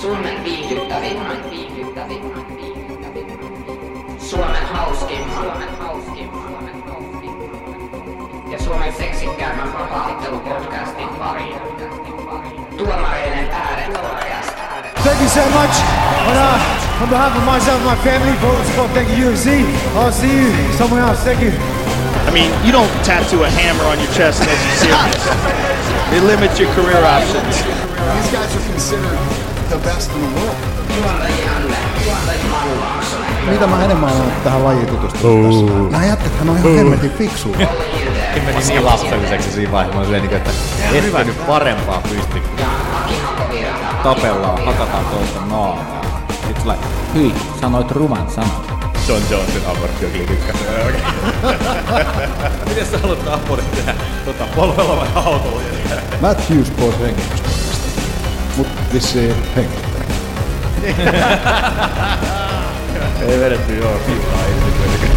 Suomen viihdyttävimman. Suomen hauskimman. Ja Suomen seksikkäämmän vapaa-ottelupodcastin pariin. Tuomareiden ääret podcast. Thank you so much. On behalf of myself and my family, thank you UFC. I'll see you somewhere else. Thank you. I mean, you don't tattoo a hammer on your chest unless you're serious. It limits your career options. These guys are considered the best in the world. Mitä mä enemmän olen tähän lajiin tutustunut? Nämä jätkethän on ihan hemmetin fiksuja. Meni niin lapselliseksi siinä vaiheessa, mä olin että ette nyt parempaa pysty. Tapellaan, hakataan toista naamaa. It's like, hyi, sanoit ruman sanan. John Jonesin abortti on klikikkäs. Miten sä haluat abortti tehdä? Polvella vai autolla? Matt Hughes pois hengityskoneesta. Mut vissiin hengittää. Ei vedetty joo, piipaa itse.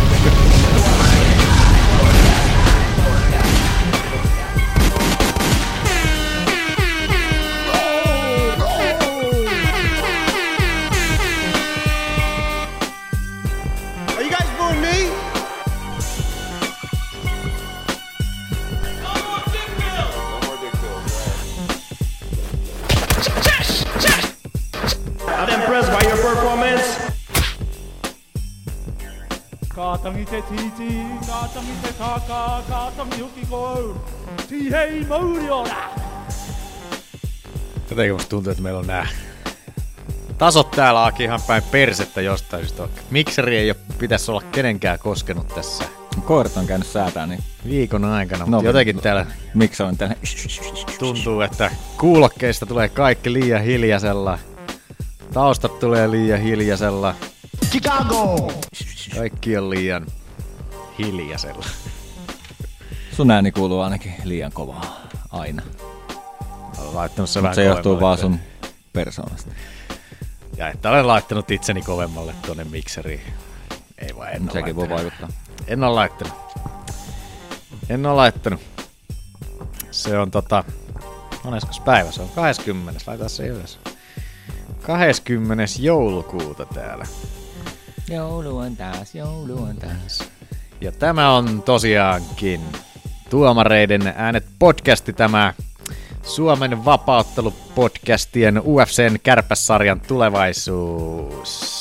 Jotenkin musta tuntuu, että meillä on nää tasot täällä Aki ihan päin persettä jostain syystä. Mikseri ei pitäisi olla kenenkään koskenut tässä. Koirat on käynyt säätää niin viikon aikana, mutta jotenkin täällä miksi on täällä tuntuu, että kuulokkeista tulee kaikki liian hiljaisella. Taustat tulee liian hiljaisella. Chicago! Kaikki on liian hiljaisella. Sun ääni kuuluu ainakin liian kovaa aina. Olen laittanut se vähän se johtuu vaan sun persoonasta. Ja että olen laittanut itseni kovemmalle tuonne mikseriin. Ei vaan en sekin voi vaikuttaa. En ole laittanut. Se on moneskos päivä? Se on 20. Laitetaan se ylös. 20. joulukuuta täällä. Joulu on taas. Ja tämä on tosiaankin Tuomareiden äänet podcasti, tämä Suomen vapauttelupodcastien UFCn kärpässarjan tulevaisuus.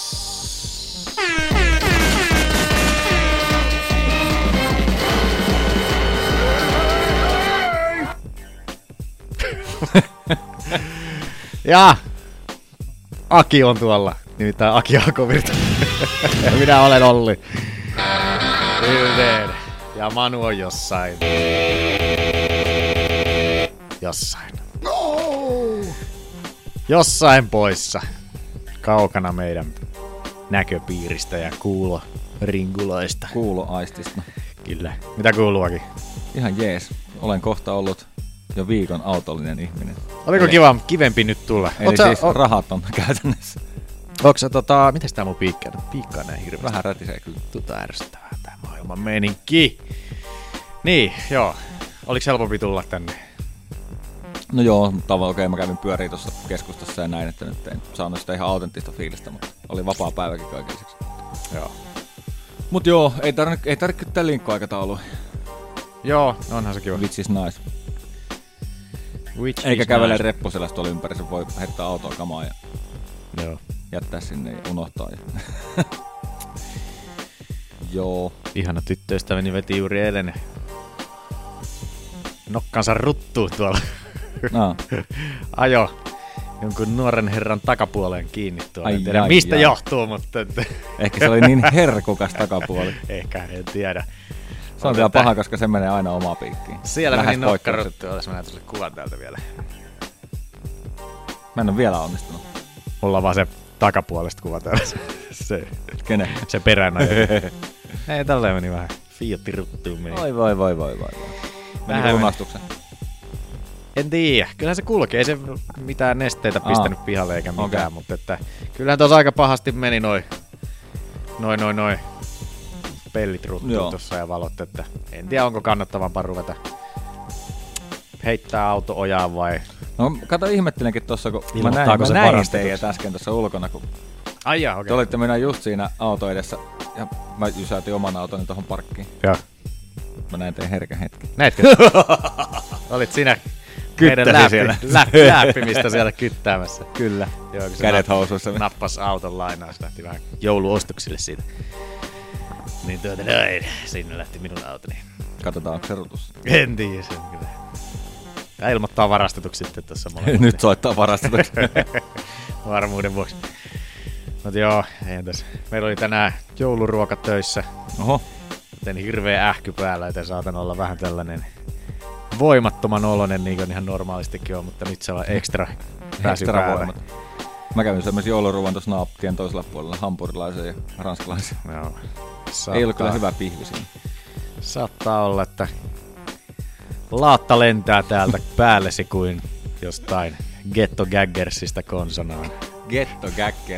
Ja Aki on tuolla, nimittäin Aki Aakovirta. Ja minä olen Olli. Yhden. Ja Manu on jossain. Jossain poissa. Kaukana meidän näköpiiristä ja kuuloringuloista. Kuuloaistista. Kyllä. Mitä kuuluukin? Ihan jees. Olen kohta ollut jo viikon autollinen ihminen. Oliko kiva kivempi nyt tulla? Eli siis rahaton käytännössä. Onko sä mites tää mun piikkaa näin hirveästi? Vähän rätisee kyllä. Ärsyttävää tää maailman meininki. Niin, joo. Oliks helpompi tulla tänne? No joo, mutta okei, mä kävin pyöriin tuossa keskustassa ja näin, että nyt en saanut sitä ihan autenttista fiilistä, mutta oli vapaa päiväkin kaikilliseksi. Joo. Mut joo, ei tarvitse tää linkkuaikataulua. Joo, onhan se kiva. Which is nice. Eikä kävele reppuselästä tuolla ympäri, se voi heittää autoa kamaa ja joo. Jättää sinne ja unohtaa. Joo. Ihana tyttöystäväni veti juuri eilen nokkansa ruttuun tuolla. No. Ajo jonkun nuoren herran takapuoleen kiinni tuolla. En tiedä mistä johtuu, mutta ehkä se oli niin herkukas takapuoli. Ehkä, en tiedä. Se on vielä paha, koska se menee aina omaan piikkiin. Siellä meni nokka ruttuun, jos mä näytän sulle kuvan täältä vielä. Mä en ole vielä onnistunut. Mulla on vaan se takapuolesta kuva täällä. Kenen? Se perään ajo. Ei, tälleen meni vähän. Fiatti ruttuun meni. Voi. Menikö lunastuksen? En tiedä. Kyllähän se kulkee. Ei se mitään nesteitä pistänyt pihalle eikä mitään, mutta että kyllähän tuossa aika pahasti meni noi pellit ruttuun tuossa ja valot, että en tiedä onko kannattavampaa ruveta heittää auto ojaan vai No kato, ihmettelenkin tossa, kun mä Ilmoittaako se näin varastetuksi? teidät äsken tuossa ulkona, kun Ai jaa, te okei. olitte minä just siinä auto edessä ja mä jysäytin oman autoni tohon parkkiin. Joo. Mä näin teidän herkän hetken. Näitkö? Olit sinä Kyttäsi meidän siellä. läppimistä siellä kyttäämässä. Kyllä. Joo, kun se Kädet housuissa. nappas auton lainaa, se lähti vähän jouluostoksille siitä. Niin noin, sinne lähti minun autoni. Katsotaan, onko se rutus. En tiedä sen kyllä. Tää ilmoittaa varastetuksi sitten tuossa molemmat. Nyt soittaa varastetuksi. Varmuuden vuoksi. Mut joo, eihän tässä. Meillä oli tänään jouluruoka töissä. Oho. Joten hirveä ähky päällä, joten saatan olla vähän tällainen voimattoman oloinen, niin kuin ihan normaalistikin on, mutta nyt se on ekstra pääsy päälle. voimat. Mä kävin semmoisen jouluruuan tuossa naaptien toisella puolella, hampurilaisen ja ranskalaisen. Joo. Ei ollut kyllä hyvä pihvi siinä. Saattaa olla, että laatta lentää täältä päällesi kuin jostain Ghetto Gaggersista konsonaan. Ghetto Gagger.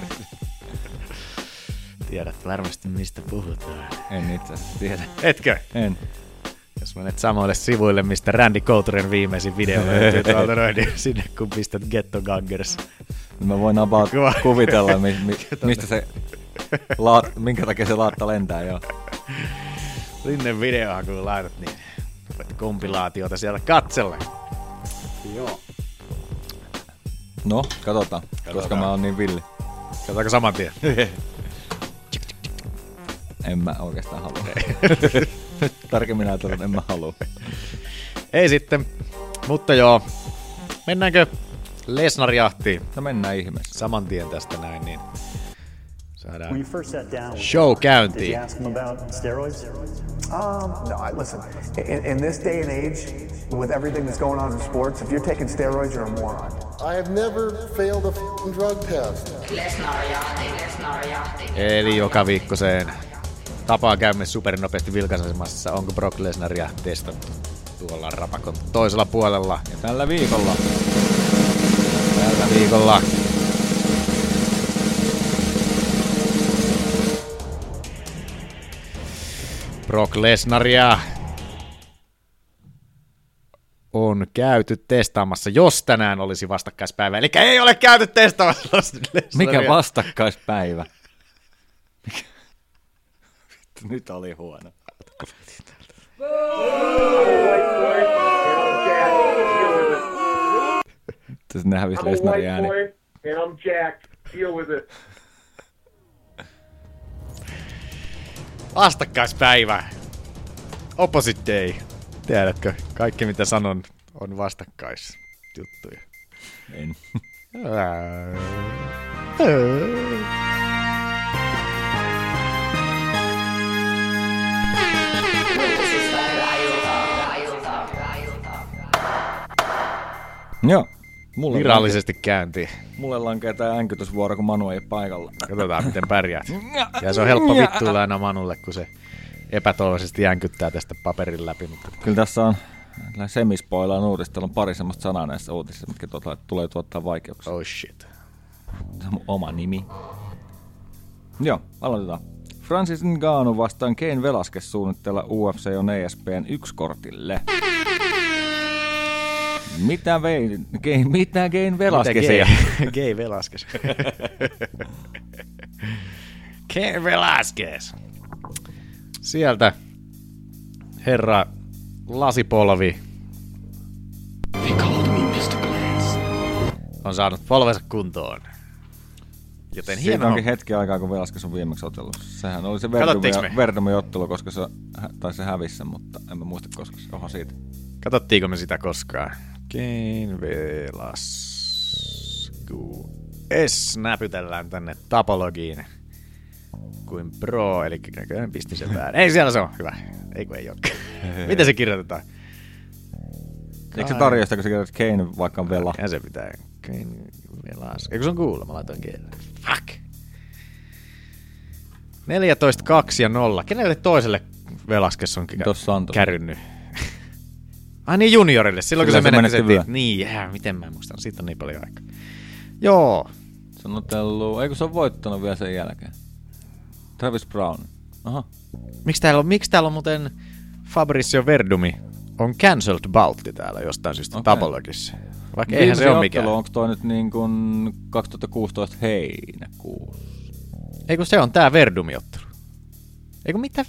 Tiedät varmasti mistä puhutaan. En itse asiassa tiedä. Etkö? En. Jos menet samoille sivuille, mistä Randy Couturen viimeisin video löytyy tuolta noin, niin sinne kun pistät Ghetto Gaggers. Mä voin about kuvitella, mistä se minkä takia se laatta lentää, joo. Sinne videohan kun laitat, niin voit kompilaatiota siellä katsella. Joo. No, katsotaan, koska mä oon niin villi. Katsotaanko saman tien? En mä oikeastaan halua. Tarkemmin ajatellen, en mä halua. Ei sitten, mutta joo. Mennäänkö Lesnar-jahtiin? No mennään ihmeessä. Saman tien tästä näin, niin saadaan When you first sat down with show did käyntiin. you ask him about steroids? No, listen, in this day and age, with everything that's going on in sports, if you're taking steroids, you're a moron. I have never failed a drug test. Lesnar-jahti. Eli joka viikkoseen tapaan käymme supernopeasti vilkaisemassa, onko Brock Lesnaria testattu tuolla rapakon toisella puolella. Ja tällä viikolla. Brock Lesnaria on käyty testaamassa, jos tänään olisi vastakkaispäivä. Eli ei ole käyty testaamassa Lesnaria. Mikä vastakkaispäivä? Nyt oli huono. Sinne hävisi Lesnarin ääni. And I'm jacked. Deal with it. Vastakkaispäivä. Opposite day. Tiedätkö, kaikki mitä sanon on vastakkaisjuttuja. En. Joo. Virallisesti käyntiin. Mulle lankee tää änkytysvuoro, kun Manu ei ole paikalla. Katsotaan, miten pärjäät. Ja se on helppo vittuilla aina Manulle, kun se epätoivoisesti jänkyttää tästä paperin läpi. Mutta Kyllä tässä on semispoilaan uutista. Täällä on pari semmoista sanaa näissä uutisissa, mitkä tulee tuottaa vaikeuksia. oh shit. Se on mun oma nimi. Joo, aloitetaan. Francis Ngannou vastaan Cain Velasquez suunnitteilla UFC on ESPN 1-kortille. Mitä Cain Velasquez? Gay Velasquez. Cain Velasquez. Sieltä herra Lasipolvi on saanut polvensa kuntoon. Joten Siitä hieno. onkin hetki aikaa, kun Velasquez on viimeksi otellut. Sehän oli se Katsottiinko me? Verdumi-ottelu, koska se hävisi sen, mutta en mä muista koska se oha siitä. Katsottiinko me sitä koskaan? Cain Velasquez. Näpytellään tänne tapologiin kuin pro, eli näköjään pisti sen väärin. Ei siellä se on, hyvä. Ei kun ei olekaan. Miten se kirjoitetaan? Eikö se tarjosta, kun sä kirjoitat Cain vaikka on Vela? Ja se pitää. Cain Velasquez. Eikö se on kuulla? Mä laitoin kielellä. Fuck. 14, 2 ja 0. Kenelle toiselle Velasquez on Tossa on kärynnyt? Ai niin, juniorille. Silloin kun se Silloin se menetti menetti sen. Niin, miten mä en muista. Siitä on niin paljon aikaa. Joo. Se on otellut, eikö se on voittanut vielä sen jälkeen? Travis Brown. Aha. Miksi täällä on muuten Fabricio Verdumi on cancelled boutti täällä jostain syystä Tabulogissa. Vaikka eihän se ole mikään. Onko toi nyt niin kuin 2016 heinäkuussa? Eikö se on tää Verdumiottelu? Eikö mitä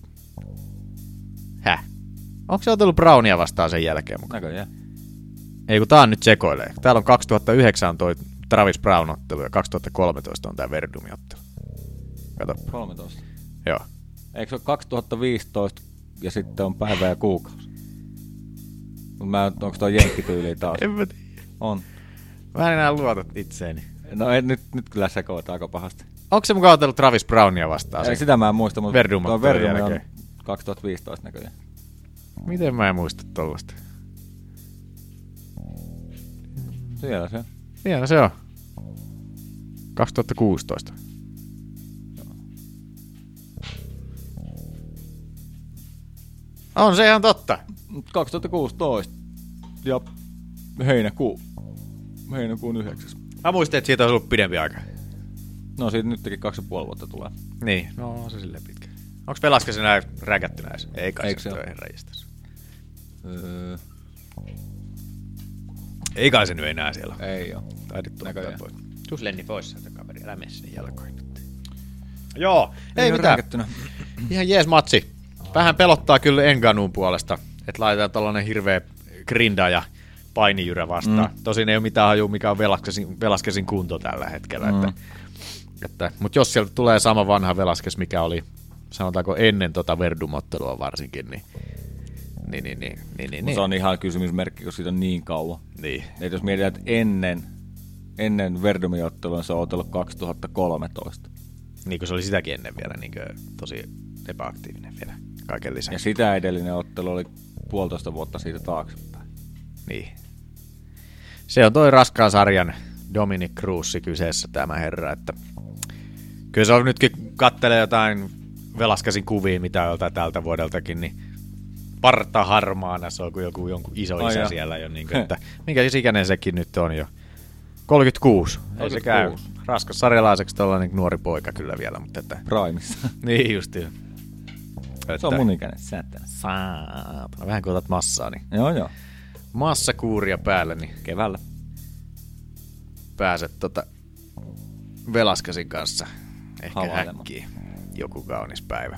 Häh? Onko se otellut Brownia vastaan sen jälkeen mukaan? Näköjään. Ei kun tää on nyt sekoilee. Täällä on 2009 toi Travis Brown-ottelu ja 2013 on tää Verdumiottelu. Kato. 13. Joo. Eikö se ole 2015 ja sitten on päivä ja kuukausi? Onko toi jenkkityyli taas? En mä tiedä. On. Mä en enää luota itseeni. No nyt kyllä sekoitaan aika pahasti. Onko se mukaan otellut Travis Brownia vastaan? Ei, sitä mä en muista, mutta Verdumottelun Verdumi on jälkeen. 2015 näköjään. Miten mä en muista tollasta? Siellä se. Siellä se on. 2016. On se ihan totta. 2016 ja heinäkuun 9. Mä muistin, että siitä olisi ollut pidempi aika. No siitä nytkin 2,5 vuotta tulee. Niin, no on se silleen pitkä. Onks Velasquez enää räkätty näissä? Ei kai Eikö se se ole ihan räjästässä. Ei kai se nyt enää siellä. Ei oo. Taidit tuottaa pois. Tuus Lenni pois sieltä kaveri, älä mene sinne jalkoihin nyt. Joo, ei mitään. Räkättynä. Ihan jees matsi. Vähän pelottaa kyllä Enganun puolesta, että laitetaan tällainen hirveä grinda ja painijyrä vastaan. Tosin ei ole mitään hajua, mikä on Velasquezin kunto tällä hetkellä. Mutta jos sieltä tulee sama vanha Velasquez, mikä oli, sanotaanko ennen tota Verdumottelua varsinkin, niin. Se on ihan kysymysmerkki, kun siitä on niin kauan. Niin. Et jos mietitään, että ennen Verdumiottelua se on otellut 2013. Niin kuin se oli sitäkin ennen vielä, niin tosi epäaktiivinen vielä kaiken lisäksi. Ja sitä edellinen ottelu oli 1,5 vuotta siitä taaksepäin. Niin. Se on toi raskaan sarjan Dominic Cruz kyseessä tämä herra, että kyllä se on nytkin kattelee jotain Velasquezin kuvia, mitä joltain tältä vuodeltakin, niin parta harmaana, se on kuin jonkun iso isä siellä jo, niin kuin, että minkä ikäinen sekin nyt on jo. 36. Ei se käy. Raskas sarjalaiseksi tollainen nuori poika kyllä vielä, mutta että Primissa. Niin justi. Se on mun ikäinen. Saatana. Vähän kun otat massaa, niin Joo. massakuuria päälle, niin Keväällä pääset Velasquezin kanssa ehkä havailemaan. häkkiin joku kaunis päivä.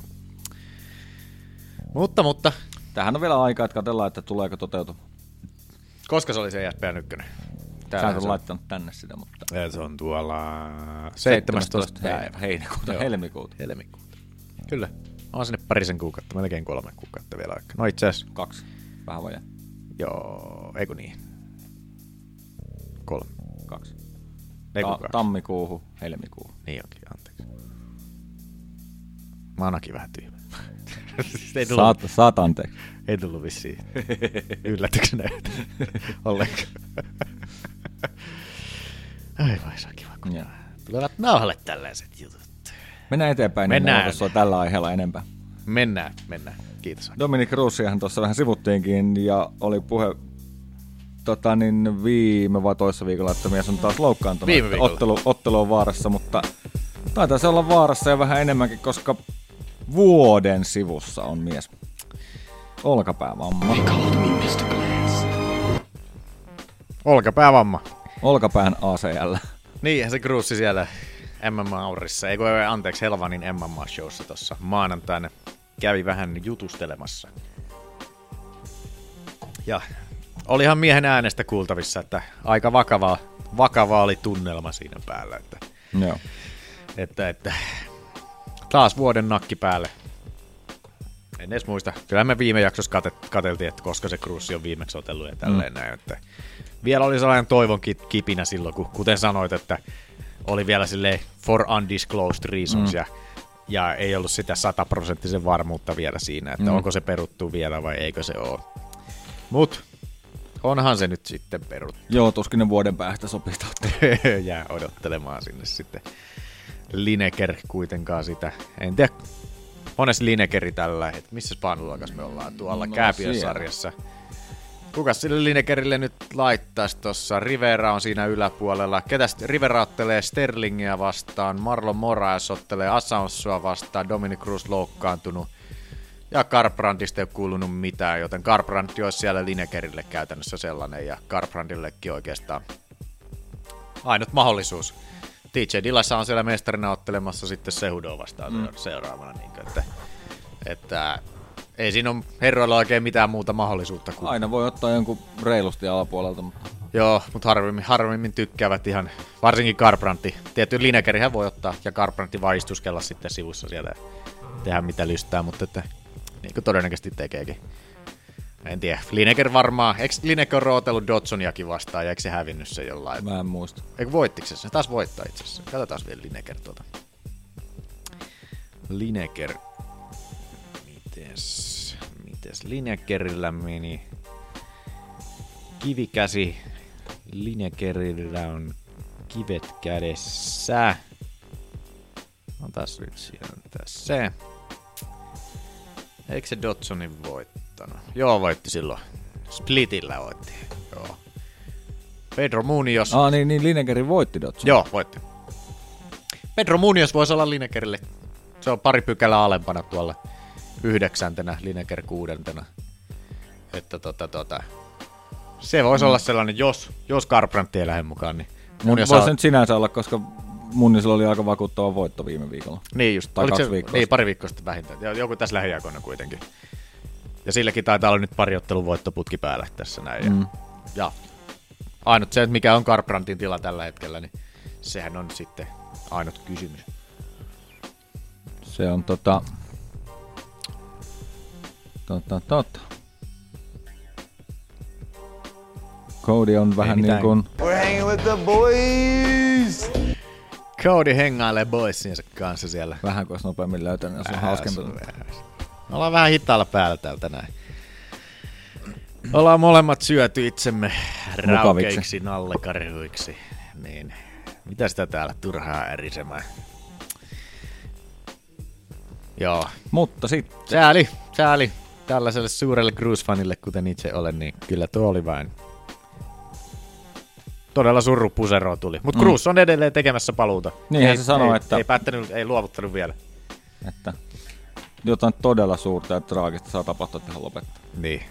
Mutta. Tähän on vielä aikaa, että katsellaan, että tuleeko toteutumaan. Koska se oli se ESPN 1? Sä et ole laittanut tänne sitä, mutta Se on tuolla 17. päivä. Heinäkuuta, helmikuuta. Kyllä. On sinne parisen kuukautta, melkein 3 kuukautta vielä aikaa. No itse asiassa 2. Vähän vajaa. Joo, eiku niin. 3. 2. Tammikuuhun, helmikuuhun. Niin onkin, anteeksi. Mä oonkin vähän tyhmä. Saat anteeksi. Ei tullut vissiin yllätyksenä ollenkaan. Ai vai, se on kiva, kun tulevat nauhalle tällaiset jutut. Mennään eteenpäin, niin mulla tällä aiheella enempää. Mennään. Kiitos. Dominic Cruziahan tuossa vähän sivuttiinkin ja oli puhe viime vai toissa viikolla, että mies on taas loukkaantunut. Viime viikolla. Ottelu on vaarassa, mutta taitaa se olla vaarassa ja vähän enemmänkin, koska vuoden sivussa on mies. Olkapäävamma. Olkapäävamma. Olkapään ACL. Niinhän se Cruzzi siellä MMA-aurissa, anteeksi Helvanin MMA-showssa tuossa maanantaina kävi vähän jutustelemassa. Ja olihan miehen äänestä kuultavissa, että aika vakava oli tunnelma siinä päällä. Joo. Että taas vuoden nakki päälle. En edes muista. Kyllä me viime jaksossa katseltiin, että koska se Cruzzi on viimeksi otellut ja tälleen näin. Että vielä oli sellainen toivon kipinä silloin, kuten sanoit, että oli vielä silleen for undisclosed reasons ja ei ollut sitä 100% varmuutta vielä siinä, että onko se peruttu vielä vai eikö se ole. Mut onhan se nyt sitten peruttu. Joo, tuskin ne vuoden päästä sopista. Jää odottelemaan sinne sitten. Lineker kuitenkaan sitä. En tiedä, monessa Linekeri tällä hetkellä. Missä Panulakas me ollaan? Tuolla Kääpiön sarjassa. Kukas sille Linekerille nyt laittaisi tossa? Rivera on siinä yläpuolella. Ketäs Rivera ottelee Sterlingia vastaan, Marlon Moraes ottelee Assansua vastaan, Dominic Cruz loukkaantunut. Ja Garbrandista ei ole kuulunut mitään, joten Garbrand olisi siellä Linekerille käytännössä sellainen, ja Garbrandillekin oikeastaan ainut mahdollisuus. TJ Dillassa on siellä mestarina ottelemassa sitten Cejudoa vastaan seuraavana. Niin että ei siinä ole herroilla oikein mitään muuta mahdollisuutta. Kuin... Aina voi ottaa jonkun reilusti alapuolelta. Mutta... Joo, mutta harvemmin tykkäävät ihan, varsinkin Garbrandt. Tietty Linekerihän voi ottaa ja Garbrandt vaan istuskella sitten sivussa sieltä ja tehdä mitä lystää, mutta että, niin kuin todennäköisesti tekeekin. En tiedä, Lineker varmaan, eikö Lineker ole otellut Dodsoniakin vastaan ja eikö se hävinnyt se jollain? Mä en muista. Eikö voittiko se? Taas voittaa itse asiassa. Katsotaan vielä Lineker Lineker. Mites Linekerillä meni? Kivikäsi. Linekerillä on kivet kädessä. Otas nyt tässä. Eikö se Dodsonin voittanut? Joo, voitti silloin. Splitillä voitti. Joo. Pedro Munoz. Niin Linekerin voitti Dodson. Joo, voitti. Pedro Munoz voisi olla Linekerille. Se on pari pykälää alempana tuolla 9. Lineker 6. Että se voisi olla sellainen, jos Garbrandt ei lähde mukaan, niin voisi nyt sinänsä olla, koska Munnisilla oli aika vakuuttava voitto viime viikolla. Niin just. Tai 2 viikkoa. Niin, pari viikkoa sitten vähintään. Joku tässä lähiaikoina kuitenkin. Ja silläkin taitaa olla nyt pari ottelun voittoputki päällä tässä näin. Ja ainut se, mikä on Garbrandtin tila tällä hetkellä, niin sehän on sitten ainut kysymys. Se on Cody on vähän niin kuin... We're hanging with the boys! Cody hengailee boysiensa kanssa siellä. Vähän kun olisi nopeammin löytänyt, jos on hauskempi. Me ollaan vähän hitaalla päällä täältä näin. Ollaan molemmat syöty itsemme raukeiksi, nallekarhuiksi. Niin, mitä sitä täällä turhaa erisemään? Joo. Mutta sitten... Sääli. Tällaiselle suurelle Cruise-fanille, kuten itse olen, niin kyllä tuo oli vain... Todella surrupuseroa tuli. Mutta Cruise on edelleen tekemässä paluuta. Niinhän se sanoo, että... Ei luovuttanut vielä. Että jotain todella suurta ja traagista saa tapahtua tähän lopettaa. Niin.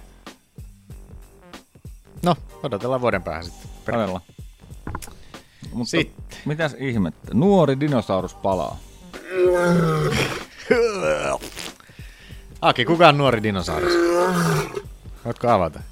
No, odotellaan vuoden päähän sitten. Todella. Mutta mitäs ihmettä? Nuori dinosaurus palaa. Aki, kuka on nuori dinosaurus? Voitko avata?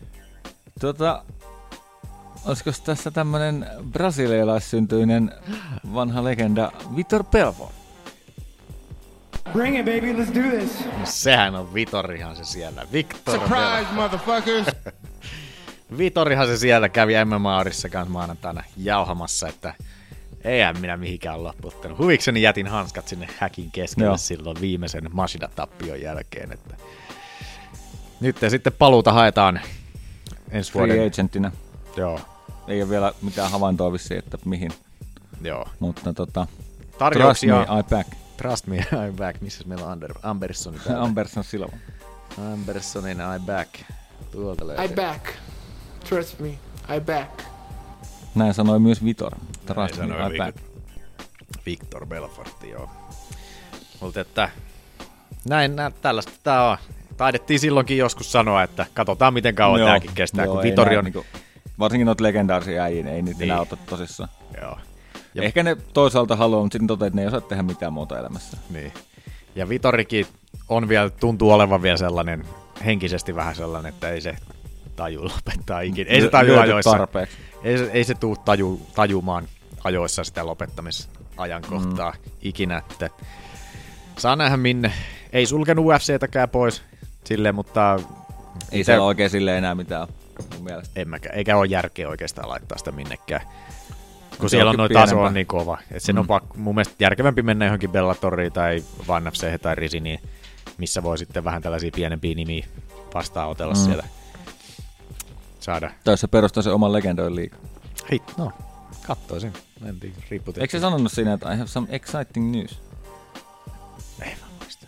Olisiko tässä tämmönen brasilialaissyntyinen vanha legenda Vitor Belfort? Bring it, baby. Let's do this. No, sehän on Vitorihan se siellä. Victor Surprise, motherfuckers! Vitorihan se siellä kävi MMA-orissa kanssa maanantaina jauhamassa, että eihän minä mihinkään loputtanut. Huvikseni jätin hanskat sinne häkin keskelle silloin viimeisen Mashida-tappion jälkeen. Että nyt sitten paluuta haetaan ensi vuoden. Free agentinä. Joo. Ei ole vielä mitään havaintoa vissiin, että mihin. Joo. Mutta tarjouksia. Trust me, I back. Trust me, I back. Missä meillä on Andersson täällä? Andersson Silva. Anderssonin I back. Tuolta löytyy. I back. Trust me, I back. Näin sanoi myös Vitor. Trust me, I back. Victor Belfort, joo. Mutta että tällaista tää on. Taidettiin silloinkin joskus sanoa, että katsotaan miten kauan tääkin kestää, kun Vitori on... Niinku, varsinkin noita legendaarisia äijä, ei niitä enää ota tosissaan. Joo. Ja ehkä ne toisaalta haluaa, mutta sitten toteaa, että ne ei osaa tehdä mitään muuta elämässä. Niin. Ja Vitorikin on vielä, tuntuu olevan vielä sellainen, henkisesti vähän sellainen, että ei se taju lopettaa ikinä. Ei se taju ajoissa. Ei se tuu tajumaan ajoissa sitä lopettamisajankohtaa ikinä. Että saa nähdä minne. Ei sulkenut UFC:täkään pois silleen, mutta... Ei siellä oikein silleen enää mitään mun mielestä. Eikä ole järkeä oikeastaan laittaa sitä minnekään. Kun siellä on noin taso on niin kova. Että sen on mun mielestä järkevämpi mennä johonkin Bellatoriin tai One FC tai Risiniin, missä voi sitten vähän tällaisia pienempiä nimiä vastaanotella siellä. Saada. Tai se perustaa se oman legendojen liiga. No, kattoisin. Eikö se sanonut siinä, että I have some exciting news? Ei vaan muista.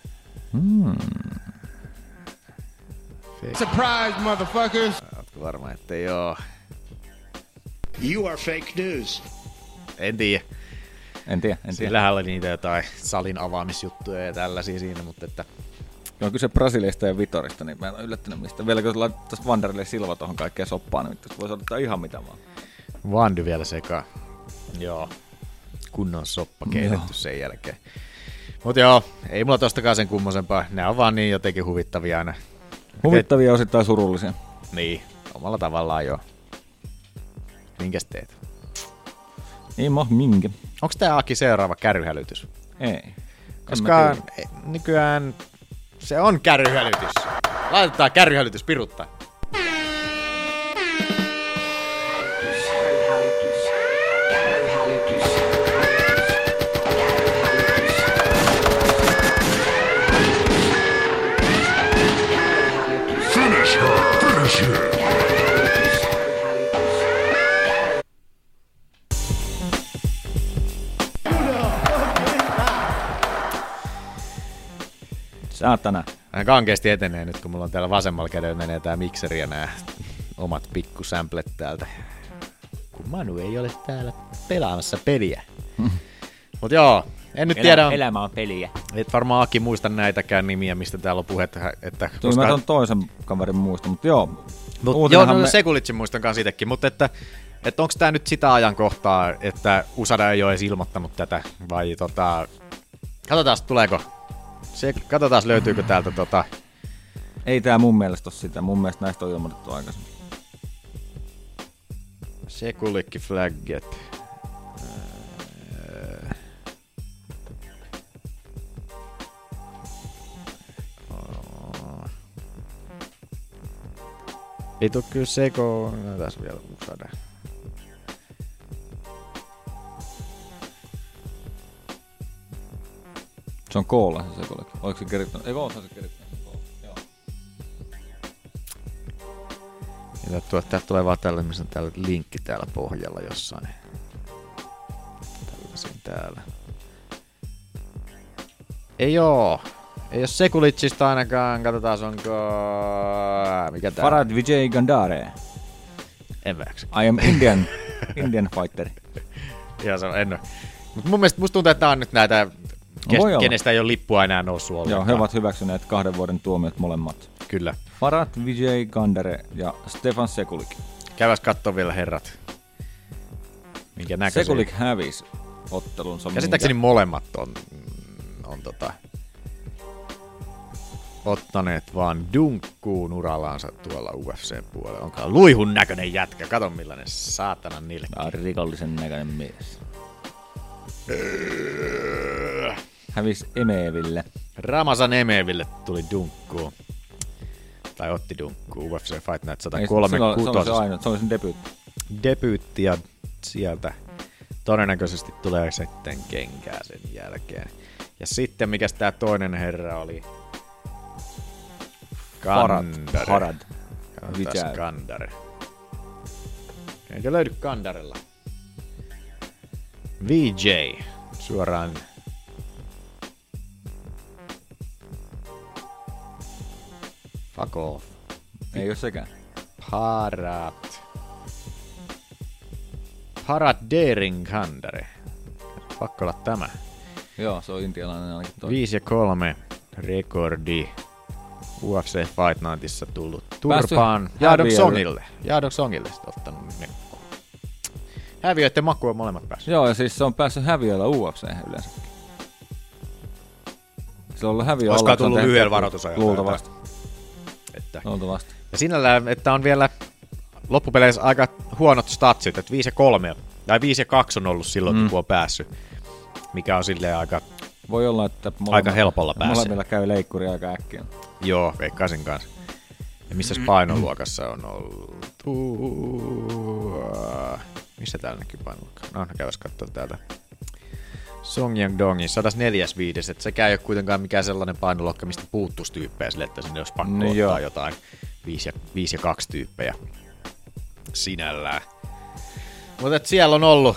Surprise, motherfuckers! Ootko varma, että joo? You are fake news. En tiedä. En tiedä. Sillähän oli niitä jotain salin avaamisjuttuja ja tällaisia siinä, mutta että on kyse Brasiliasta ja Vitorista, niin mä en ole yllättynyt mistä. Vielä kun laittaisi Wanderille Silva tuohon kaikkeen soppaan, niin voisi odottaa ihan mitä vaan. Vandy vielä sekaan. Joo. Kunnon soppa keitetty sen jälkeen. Mut joo, ei mulla tostakaan sen kummosempaa. Nää on vaan niin jotenkin huvittavia aina. Huvittavia ja osittain surullisia. Niin, omalla tavallaan joo. Minkäs teet? Ei minkä. Onks tää Aki seuraava kärryhälytys? Ei. Koska nykyään se on kärryhälytys. Laitetaan kärryhälytys piruttaa. Finish her! Saatana. Hän kankeasti etenee nyt, kun mulla on täällä vasemmalla kädellä menee tää mikseri ja nää omat pikkusämplet täältä. Kun Manu ei ole täällä pelaamassa peliä. Mut joo, en nyt tiedä. Elämä on peliä. Et varmaan Aki muista näitäkään nimiä, mistä täällä on puhetta. Että koska... Mä ton toisen kaverin muista, mutta joo. Joo, no, Sekulitsin muistan kanssa itsekin, mutta että onko tää nyt sitä ajankohtaa, että USADA ei ole edes ilmoittanut tätä, vai katsotaan, tuleeko. Katsotaan, löytyykö täältä Ei tää mun mielestä ole sitä. Mun mielestä näistä on ilmoitettu aikaisemmin. Sekulikki flagget. Ei tuu kyllä Seko. No, tässä vielä USADA. Se on koolla se Sekulikki. Oliko se kerittänyt? Ei ole se kerittänyt. Joo. Ja täältä tulee vaan tällä, missä on täällä linkki täällä pohjalla jossain. Tällaisin täällä. Ei oo Sekulitsista ainakaan. Katsotaan onko... Mikä tää? Farhad Vijay Gandare. En väksä. I am Indian fighter. Joo, se on en. Mut mun mielestä musta tuntuu, että tää on nyt näitä... Kenestä ei ole lippua enää noussut ollenkaan. Joo, he ovat hyväksyneet 2 vuoden tuomiot molemmat. Kyllä. Farhad Vijay Gandare ja Stefan Sekulik. Käydäs kattoo vielä herrat. Minkä näköisiä. Sekulik hävisi ottelunsa. Käsittääkseni molemmat on ottaneet vaan dunkkuun urallaansa tuolla UFC-puolella. Onkaan luihun näköinen jätkä. Kato millainen saatanan nilkki. Tämä on rikollisen näköinen mies. Hävisi Emeville. Ramazan Emeville tuli dunkkuun. Tai otti dunkkuun. UFC Fight Night 136. Se oli sen debyytti. Debyytti ja sieltä todennäköisesti tulee sitten kenkää sen jälkeen. Ja sitten mikäs tää toinen herra oli? Farhad. Kandare. Eikö löydy Kandarella? VJ. Suoraan. Fuck off. Ei oo sekään. Farhad Daring Kandare. Pakko olla tämä. Joo, se on intialainen ainakin toi. 5-3 rekordi. UFC Fight Nightissa tullut turpaan Jadok Songille ottanut nekku. Häviöiden maku on molemmat päässyt. Joo, ja siis se on päässyt häviöllä UFC:hen yleensäkin. Se on ollut häviö alla. Olisiko tullut lyhyellä varoitusajalla? Luultavasti. Luultavasti. Ja sinällään, että on vielä loppupeleissä aika huonot statsit, että 5-3 tai 5-2 on ollut silloin, kun on päässyt. Mikä on silleen aika... Voi olla, että aika helpolla pääsee. Molemmilla käy leikkuri aika äkkiä. Joo, veikkaisin kanssa. Ja missä painoluokassa on ollut? Missä täällä näkyy painoluokka? No, käydäs kattoo täältä. Song Yang-dongin 104.5, että sekään ei ole kuitenkaan mikään sellainen painoluokka, mistä puuttuisi tyyppejä sille, että sinne olisi pakko ottaa jotain 5 ja 2 tyyppejä sinällään. Mutta siellä on ollut...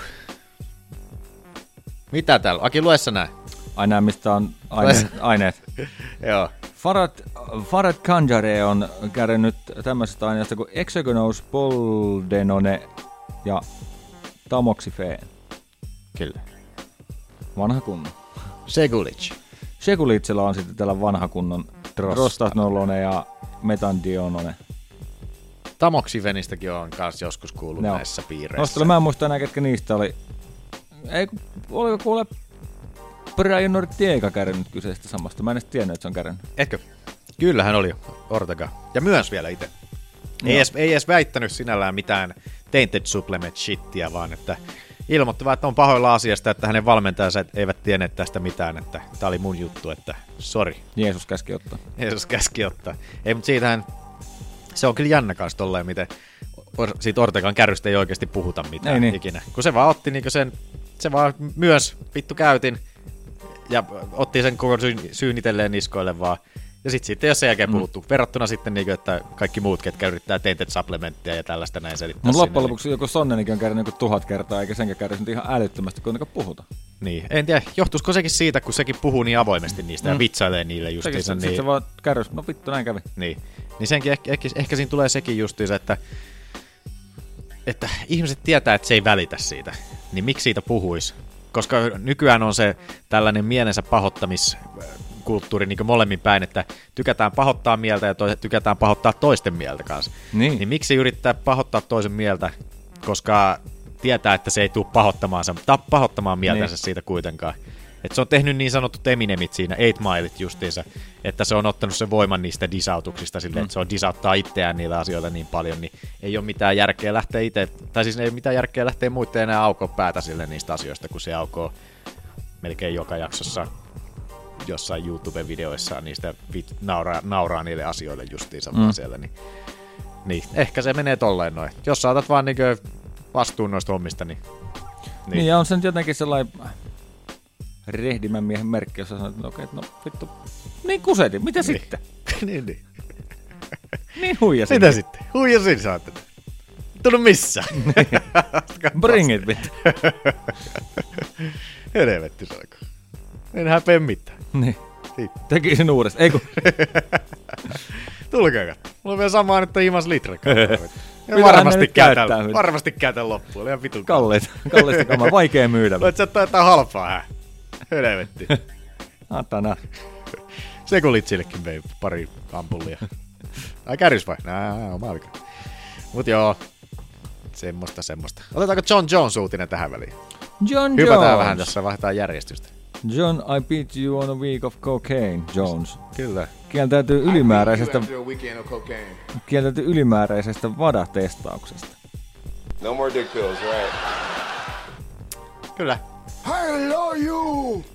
Mitä täällä? Aki, lue sä nää. Ai nää, mistä on aineet. Joo. Farhad Kandare on kärjennyt tämmöisestä aineesta kuin Exogenous Poldenone ja Tamoxifeen. Kyllä. Vanha kunnon. Sekulic. Sekulitsilla on sitten tällä vanha kunnon Drostanolone ja Metandionone. Tamoxifenistäkin on kans joskus kuullut näissä piireissä. Mä en muista enää, ketkä niistä oli. Oliko kuule Brian Ortega kärännyt kyseistä samasta? Mä en edes tiennyt, että se on kärännyt. Etkö? Kyllähän oli Ortega. Ja myös vielä itse. Ei edes väittänyt sinällään mitään tainted supplement shittiä, vaan että ilmoitti vaan, että on pahoilla asiasta, että hänen valmentajansa eivät tienneet tästä mitään, että tää oli mun juttu, että sori. Jeesus käski ottaa. Ei, mutta siitähän se on kyllä jännä kanssa tolleen, miten siitä Ortegan kärrystä ei oikeasti puhuta mitään ikinä. Kun se vaan otti niinku se vaan myös vittu käytin ja otti sen koko syyn itselleen niskoille vaan. Ja sitten jos sen jälkeen puhuttu. Verrattuna sitten niinku, että kaikki muut, ketkä yrittää tainted supplementtia ja tällaista näin selittää. Mutta loppujen lopuksi joku Sonnenikin on kärjännyt joku 1000 kertaa, eikä senkään kärjännyt ihan älyttömästi, kuinka puhuta. Niin, en tiedä, johtuisiko sekin siitä, kun sekin puhuu niin avoimesti niistä ja vitsailee niille justiinsa. Sitten se vaan kärjys, no vittu näin kävi. Niin senkin ehkä siinä tulee sekin justiinsa, että ihmiset tietää, että se ei välitä siitä. Niin miksi siitä puhuisi? Koska nykyään on se tällainen mielensä pahoittamiskulttuuri niin kuin molemmin päin, että tykätään pahoittaa mieltä ja tykätään pahoittaa toisten mieltä kanssa. Niin miksi yrittää pahoittaa toisen mieltä, koska tietää, että se ei tule pahoittamaan mieltänsä siitä kuitenkaan. Että se on tehnyt niin sanotut Eminemit siinä, 8 Mileit justiinsa, että se on ottanut sen voiman niistä disautuksista silleen, että se on disauttaa itseään niillä asioilla niin paljon, niin ei ole mitään järkeä lähteä itse, tai siis ei ole mitään järkeä lähteä muiden enää aukoa päätä sille niistä asioista, kun se aukoo melkein joka jaksossa jossain YouTube-videoissa niistä nauraa niille asioille justiinsa vaan siellä, niin ehkä se menee tolleen noin. Jos saatat vaan niinkö vastuun noista hommista, niin ja on se nyt jotenkin sellainen rehdimän miehen merkki, jossa sanoo, että okei, no vittu, niin kusetin, mitä sitten? niin. Niin huijasin. Mitä sitten? Huijasin sä ajattelet. Tullut missään. Bring it, bitch. Helvetti saako. En häpeä mitään. Niin. Teki sen uudestaan. Ei kun. Tulkaa katsoa. Mulla on vielä samaa nyt himas litrakkaa. Varmasti käytän loppuun. Oli ihan vitun kalleista kamaa. Vaikea myydä. Voit sä ottaa jotain halpaa helvetti. Antana. Sekulitsillekin vei pari ampullia. Ai kärjys vai? Oma vika. Mut joo. Semmoista. Otetaanko John Jones uutinen tähän väliin? Hypätään vähän tässä, vaihdetaan järjestystä. John, I beat you on a week of cocaine, Jones. Kyllä. Kieltäytyy ylimääräisestä VADA-testauksesta. No more dick pills, right? Kyllä. Hello you!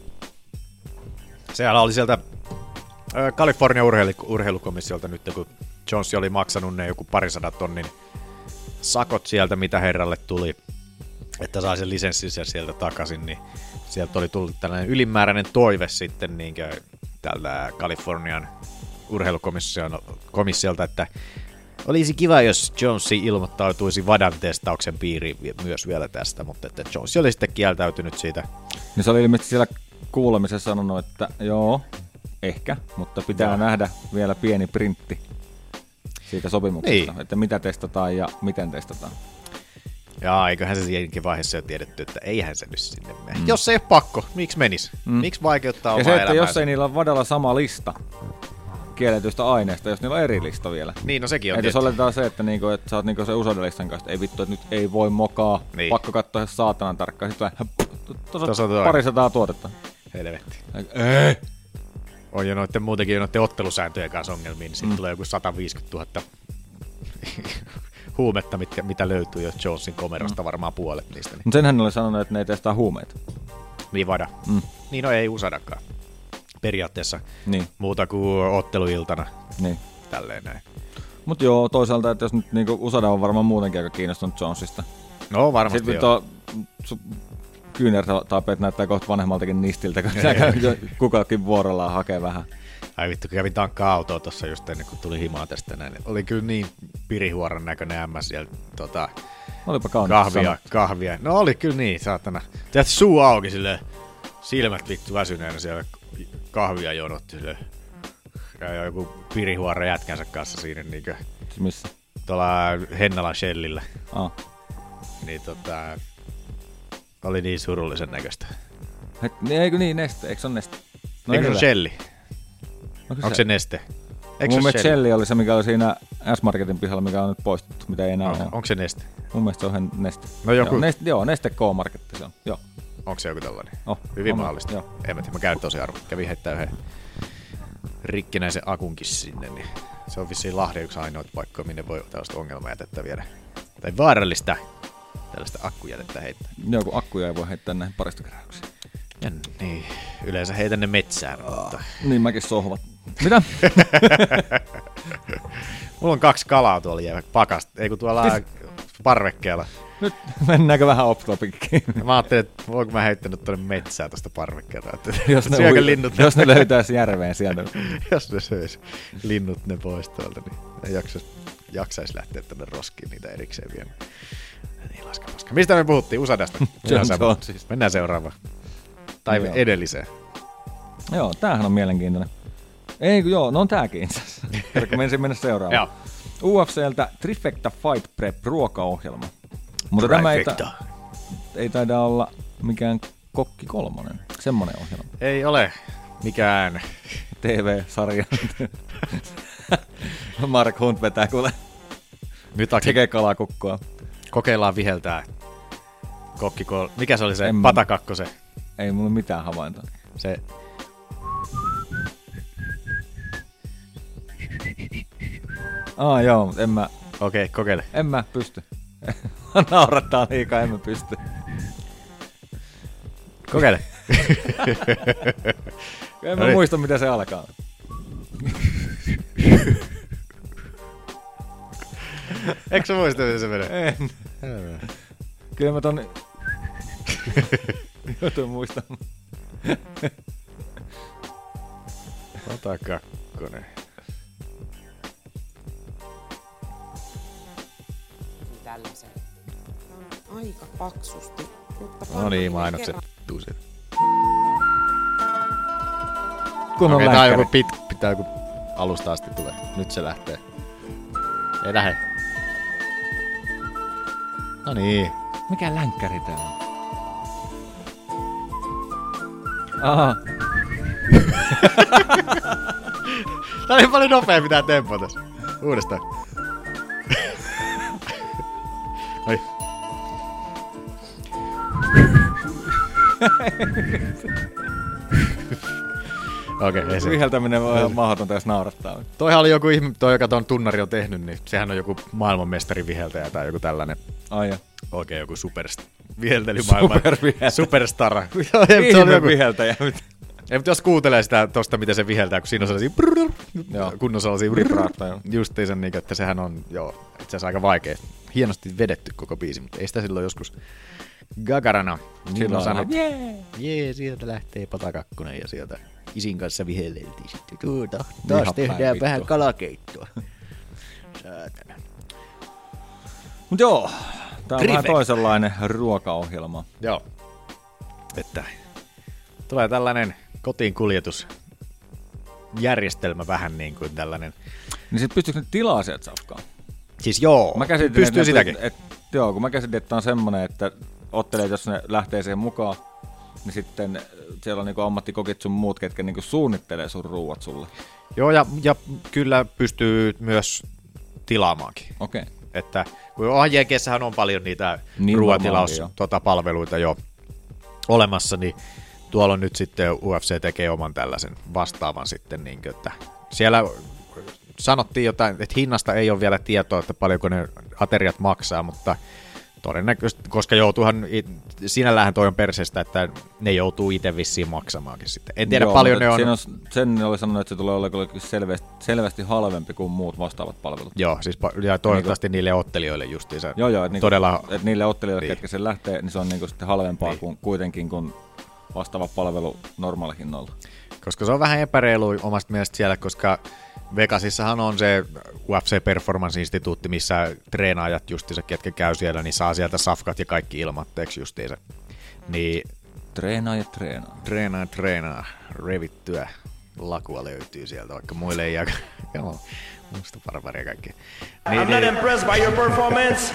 Siellä oli sieltä Kalifornian urheilukomissiolta nyt, kun Jones oli maksanut ne joku 200 tonnin sakot sieltä, mitä herralle tuli, että sai sen lisenssinsä sieltä takaisin, niin sieltä oli tullut tällainen ylimääräinen toive sitten niin tältä Kalifornian urheilukomissiolta, että olisi kiva, jos Jonesi ilmoittautuisi VADAn testauksen piiriin myös vielä tästä, mutta että Jones oli sitten kieltäytynyt siitä. Niin se oli ilmeisesti siellä kuulemisessa sanonut, että joo, ehkä, mutta pitää nähdä vielä pieni printti siitä sopimuksesta, että mitä testataan ja miten testataan. Jaa, eiköhän se siinäkin vaiheessa jo tiedetty, että eihän se nyt sinne mene. Jos ei ole pakko, miksi menis? Miksi vaikeuttaa omaa elämäänsä? Ja se, että jos ei niillä ole VADalla sama lista kielletystä aineesta, jos niillä on eri lista vielä. Niin, no sekin on tietysti. Jos oletaan se, että sä oot se usodelistan kanssa, että ei vittu, että nyt ei voi mokaa, pakko katsoa saatanan tarkkaan. Sitten tuossa on 200 tuotetta. Helvetti. Ei! On jo muutenkin noiden ottelusääntöjen kanssa ongelmia, niin sitten tulee joku 150 000 huumetta, mitä löytyy jo Jonesin komerosta, varmaan puolet niistä. Mutta senhän oli sanonut, että ne ei testaa huumeita. Niin VADA. Niin, no ei USADakaan. Periaatteessa muuta kuin otteluiltana. Niin. Tälleen näin. Mut joo, toisaalta, että jos nyt niinku USADA on varmaan muutenkin aika kiinnostunut Jonesista. No varmasti sitten joo. Kyynärtapeet näyttää kohta vanhemmaltakin nistiltä, kun kukakin vuorollaan hakee vähän. Ai vittu, kun kävin tankkaa autoa tossa just ennen kuin tuli himaa tästä näin. Oli kyllä niin pirihuoran näköinen MS siellä olipa kaunista kahvia. No oli kyllä niin, saatana. Tiedätkö, suu auki silleen, silmät vittu väsyneenä siellä kahvia jonotti silleen. Ja joku pirihuoran jätkänsä kanssa siinä niinkö. Missä? Tuolla Hennalan Shellillä. Niin oli niin surullisen näköistä. Eikö niin, Neste? Eikö se ole Neste? No eikö se Shelli? Onko se Neste? Mun mielestä Shelli oli se, mikä oli siinä S-Marketin pihalla, mikä on nyt poistettu, mitä ei enää ole. Onko se Neste? Mun mielestä se on Neste. No joku... Joo, Neste K-Marketti se on. Joo. Onko se joku tällainen? Hyvin mahdollista. Joo. En mä tiedä, mä käyn tosi arvo. Kävin heittää yhden rikkinäisen akunkin sinne, niin se on vissiin Lahden yksi ainoita paikkoja, minne voi tällaista ongelmajätettä viedä. Tai vaarallista tällaista akkujätettä heittää. Joo, kun akkuja ei voi heittää näihin paristokeräyksiin. Ja niin, yleensä heitän ne metsään. Mutta... Niin mäkin sohvat. Mitä? Mulla on 2 kalaa tuolla jäävä pakasta, ei kun tuolla parvekkeella. Nyt mennäänkö vähän off-topickiin? Mä ajattelin, että voinko mä heittänyt tuonne metsään tuosta parvekkeelta. Jos ne löytäisi järveen sieltä. Jos ne söisi linnut ne pois tuolta, niin ei jaksaisi lähteä tänne roskiin niitä erikseen vielä. Niin laska. Mistä me puhuttiin? Usadasta. Mennään seuraavaan. Tai edelliseen. Joo, tämähän on mielenkiintoinen. No on tääkin itse asiassa. Kun me ensin mennä seuraavaan. UFCltä Trifecta Fight Prep ruokaohjelma. Mutta tämä ei taida olla mikään Kokki 3, semmonen ohjelma. Ei ole mikään TV-sarja. Mark Hunt vetää kuule. Tekee kalakukkoa. Kokeillaan viheltää Kokki 3. Mikä se oli se Patakakkosen? Ei mulla mitään havaintoa. Se... Joo, en mä... Okei, kokeile. En mä pysty. Naurattaa liikaa, en mä pysty. Kokeile. En mä muista, miten se alkaa. Eikö sä muista, miten se menee? En. Kyllä mä ton... Jotain muistan. Patakakkonen. Aika paksusti. No niin, mainokset. Kun on tää on joku pitää joku alusta asti tulee. Nyt se lähtee. Ei lähde. No niin. Mikä länkkäri tää on? Aha. Tää oli paljon nopeampi tää tempo tässä. Uudestaan. Oi. Okei, viheltäminen voi olla mahdotonta, jos naurattaa. Toihan oli joku ihme, joka ton tunnari on tehnyt, niin sehän on joku maailmanmestari viheltäjä tai joku tällainen. Ai oikein joku viheltelymaailman superstara. Ihme viheltäjä. Ei, mutta jos kuuntelee sitä tosta, miten se viheltää, kun siinä on sellaisia kunnon sellaisia justiinsa, niin, että sehän on itse asiassa aika vaikea. Hienosti vedetty koko biisi, mutta ei sitä silloin joskus Gagarana. Silloin sanoi, jee, sieltä lähtee Patakakkonen ja sieltä isin kanssa vihelleltiin sitten. Taas tehdään vähän kalakeittoa. Saatana. Mut joo, tää on vähän toisenlainen ruokaohjelma. Joo. Että tulee tällainen kotiin kuljetusjärjestelmä vähän niin kuin tällainen. Niin sit pystyykö ne tilaa sieltä safkaan? Siis joo, pystyy sitäkin. Joo, kun mä käsitin, että on semmonen, että ottelijat, jos ne lähtee siihen mukaan, niin sitten siellä on niinku ammattikokit sun muut, ketkä niinku suunnittelee sun ruuat sulle. Joo, ja kyllä pystyy myös tilaamaankin. Okei. Että kun AJG:ssähän on paljon niitä ruoatilauspalveluita jo olemassa, niin tuolla on nyt sitten UFC tekee oman tällaisen vastaavan sitten, niin kuin, että siellä sanottiin jotain, että hinnasta ei ole vielä tietoa, että paljonko ne ateriat maksaa, mutta todennäköisesti, koska joutuuhan, sinällähän toi on perseestä, että ne joutuu itse vissiin maksamaankin sitten. En tiedä paljon ne on. Sen oli sanonut, että se tulee olemaan selvästi halvempi kuin muut vastaavat palvelut. Joo, siis ja toivottavasti niille ottelijoille justiinsa. Joo, että todella, että niille ottelijoille, ketkä sen lähtee, niin se on niinku sitten halvempaa kuin kuitenkin kuin vastaava palvelu normaalihinnalla. Koska se on vähän epäreilu omasta mielestä siellä, koska Vegasissahan on se UFC Performance Instituutti, missä treenaajat justiinsa, ketkä käy siellä, niin saa sieltä safkat ja kaikki ilmatteeksi justiinsa. Niin treenaa. Revittyä lakua löytyy sieltä, vaikka muille ei jää. Joo, musta barbaria kaikki. I'm not impressed by your performance.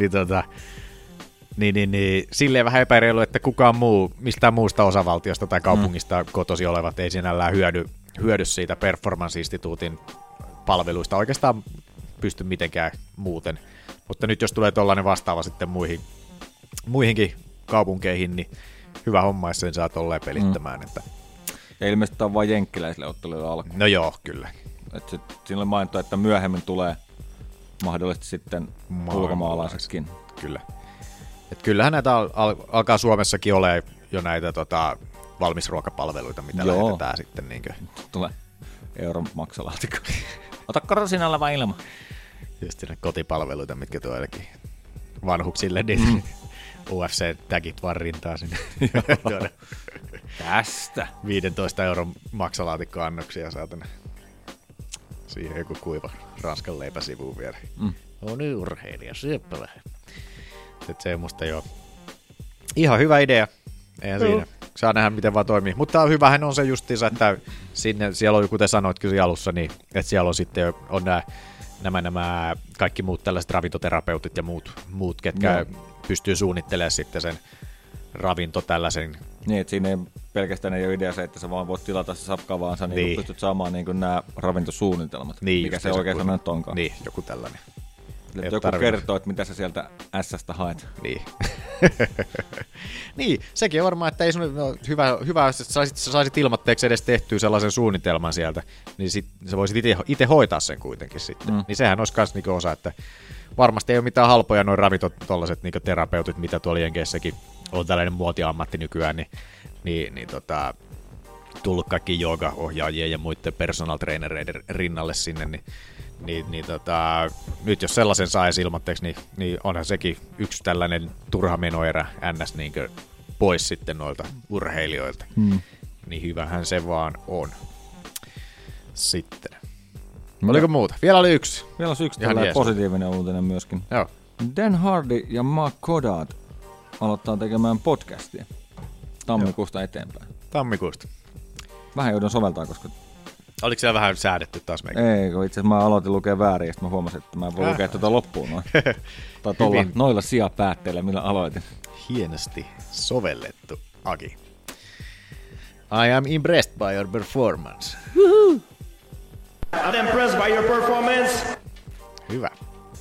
Niin, silleen vähän epäreilu, että kukaan muu, mistään muusta osavaltiosta tai kaupungista kotosi olevat ei sinällään hyödy siitä Performance Instituutin palveluista oikeastaan pysty mitenkään muuten. Mutta nyt jos tulee tollainen vastaava sitten muihinkin kaupunkeihin, niin hyvä homma, jos sen saa tolleen pelittämään. Että... Ja ilmeisesti tämä on vain jenkkiläisille otteluille alku. No joo, kyllä. Siinä oli mainittu, että myöhemmin tulee mahdollisesti sitten ulkomaalaisetkin. Kyllä. Et kyllähän näitä alkaa Suomessakin ole jo näitä valmisruokapalveluita, mitä lähetetään sitten. Niinkö. Tulee euron maksalaatikko. Ota korosinalla vai ilman? Just siinä kotipalveluita, mitkä tuo jollekin vanhuksille, niin UFC-tägit vaan rintaa sinne. Tästä. 15 euron maksalaatikkoannoksia saatana. Siihen joku kuiva ranskan leipä sivuun vielä. On urheilija, syöppä vähän. Se on musta jo ihan hyvä idea. Eihän siinä. Saa nähdä, miten vaan toimii. Mutta hyvähän on se justiinsa, että siellä on, kuten sanoit kyllä alussa, niin että siellä on sitten on nämä kaikki muut tällaiset ravintoterapeutit ja muut ketkä pystyy suunnittelemaan sitten sen ravinto tällaisen. Niin, että siinä ei pelkästään ei ole idea se, että sä vaan voit tilata se sapkavaansa, niin pystyt saamaan niin nämä ravintosuunnitelmat, mikä se oikein sana nyt onkaan. Niin, joku tällainen. Joku kertoo, että mitä sä sieltä S-stä haet. Niin. Niin, sekin on varmaan, että ei sun hyvä että saisit ilmatteeksi edes tehtyä sellaisen suunnitelman sieltä, niin sit sä voisit itse hoitaa sen kuitenkin sitten. Niin sehän olisi myös niinku osa, että varmasti ei ole mitään halpoja noin tollaset niinku terapeutit, mitä tuolla Jenkeissäkin on tällainen muotiammatti nykyään, niin tullut kaikki joogaohjaajien ja muiden personal trainereiden rinnalle sinne, niin nyt jos sellaisen saisi ilmatteeksi, niin onhan sekin yksi tällainen turha menoerä NS niin pois sitten noilta urheilijoilta. Niin hyvähän se vaan on. Sitten. Oliko muuta? Vielä oli yksi. Vielä olisi yksi tällainen positiivinen uutinen myöskin. Joo. Dan Hardy ja Mark Goddard aloittaa tekemään podcastia tammikuusta eteenpäin. Tammikuusta. Vähän joudun soveltaa, koska... Oliko siellä vähän säädetty taas meikä? Ei, kun itse asiassa mä aloitin lukea väärin ja sitten mä huomasin, että mä en voi lukea tuota loppuun noin. Tai noilla sijapäätteillä, millä aloitin. Hienosti sovellettu, Aki. I am impressed by your performance. Woohoo! I'm impressed by your performance. Hyvä.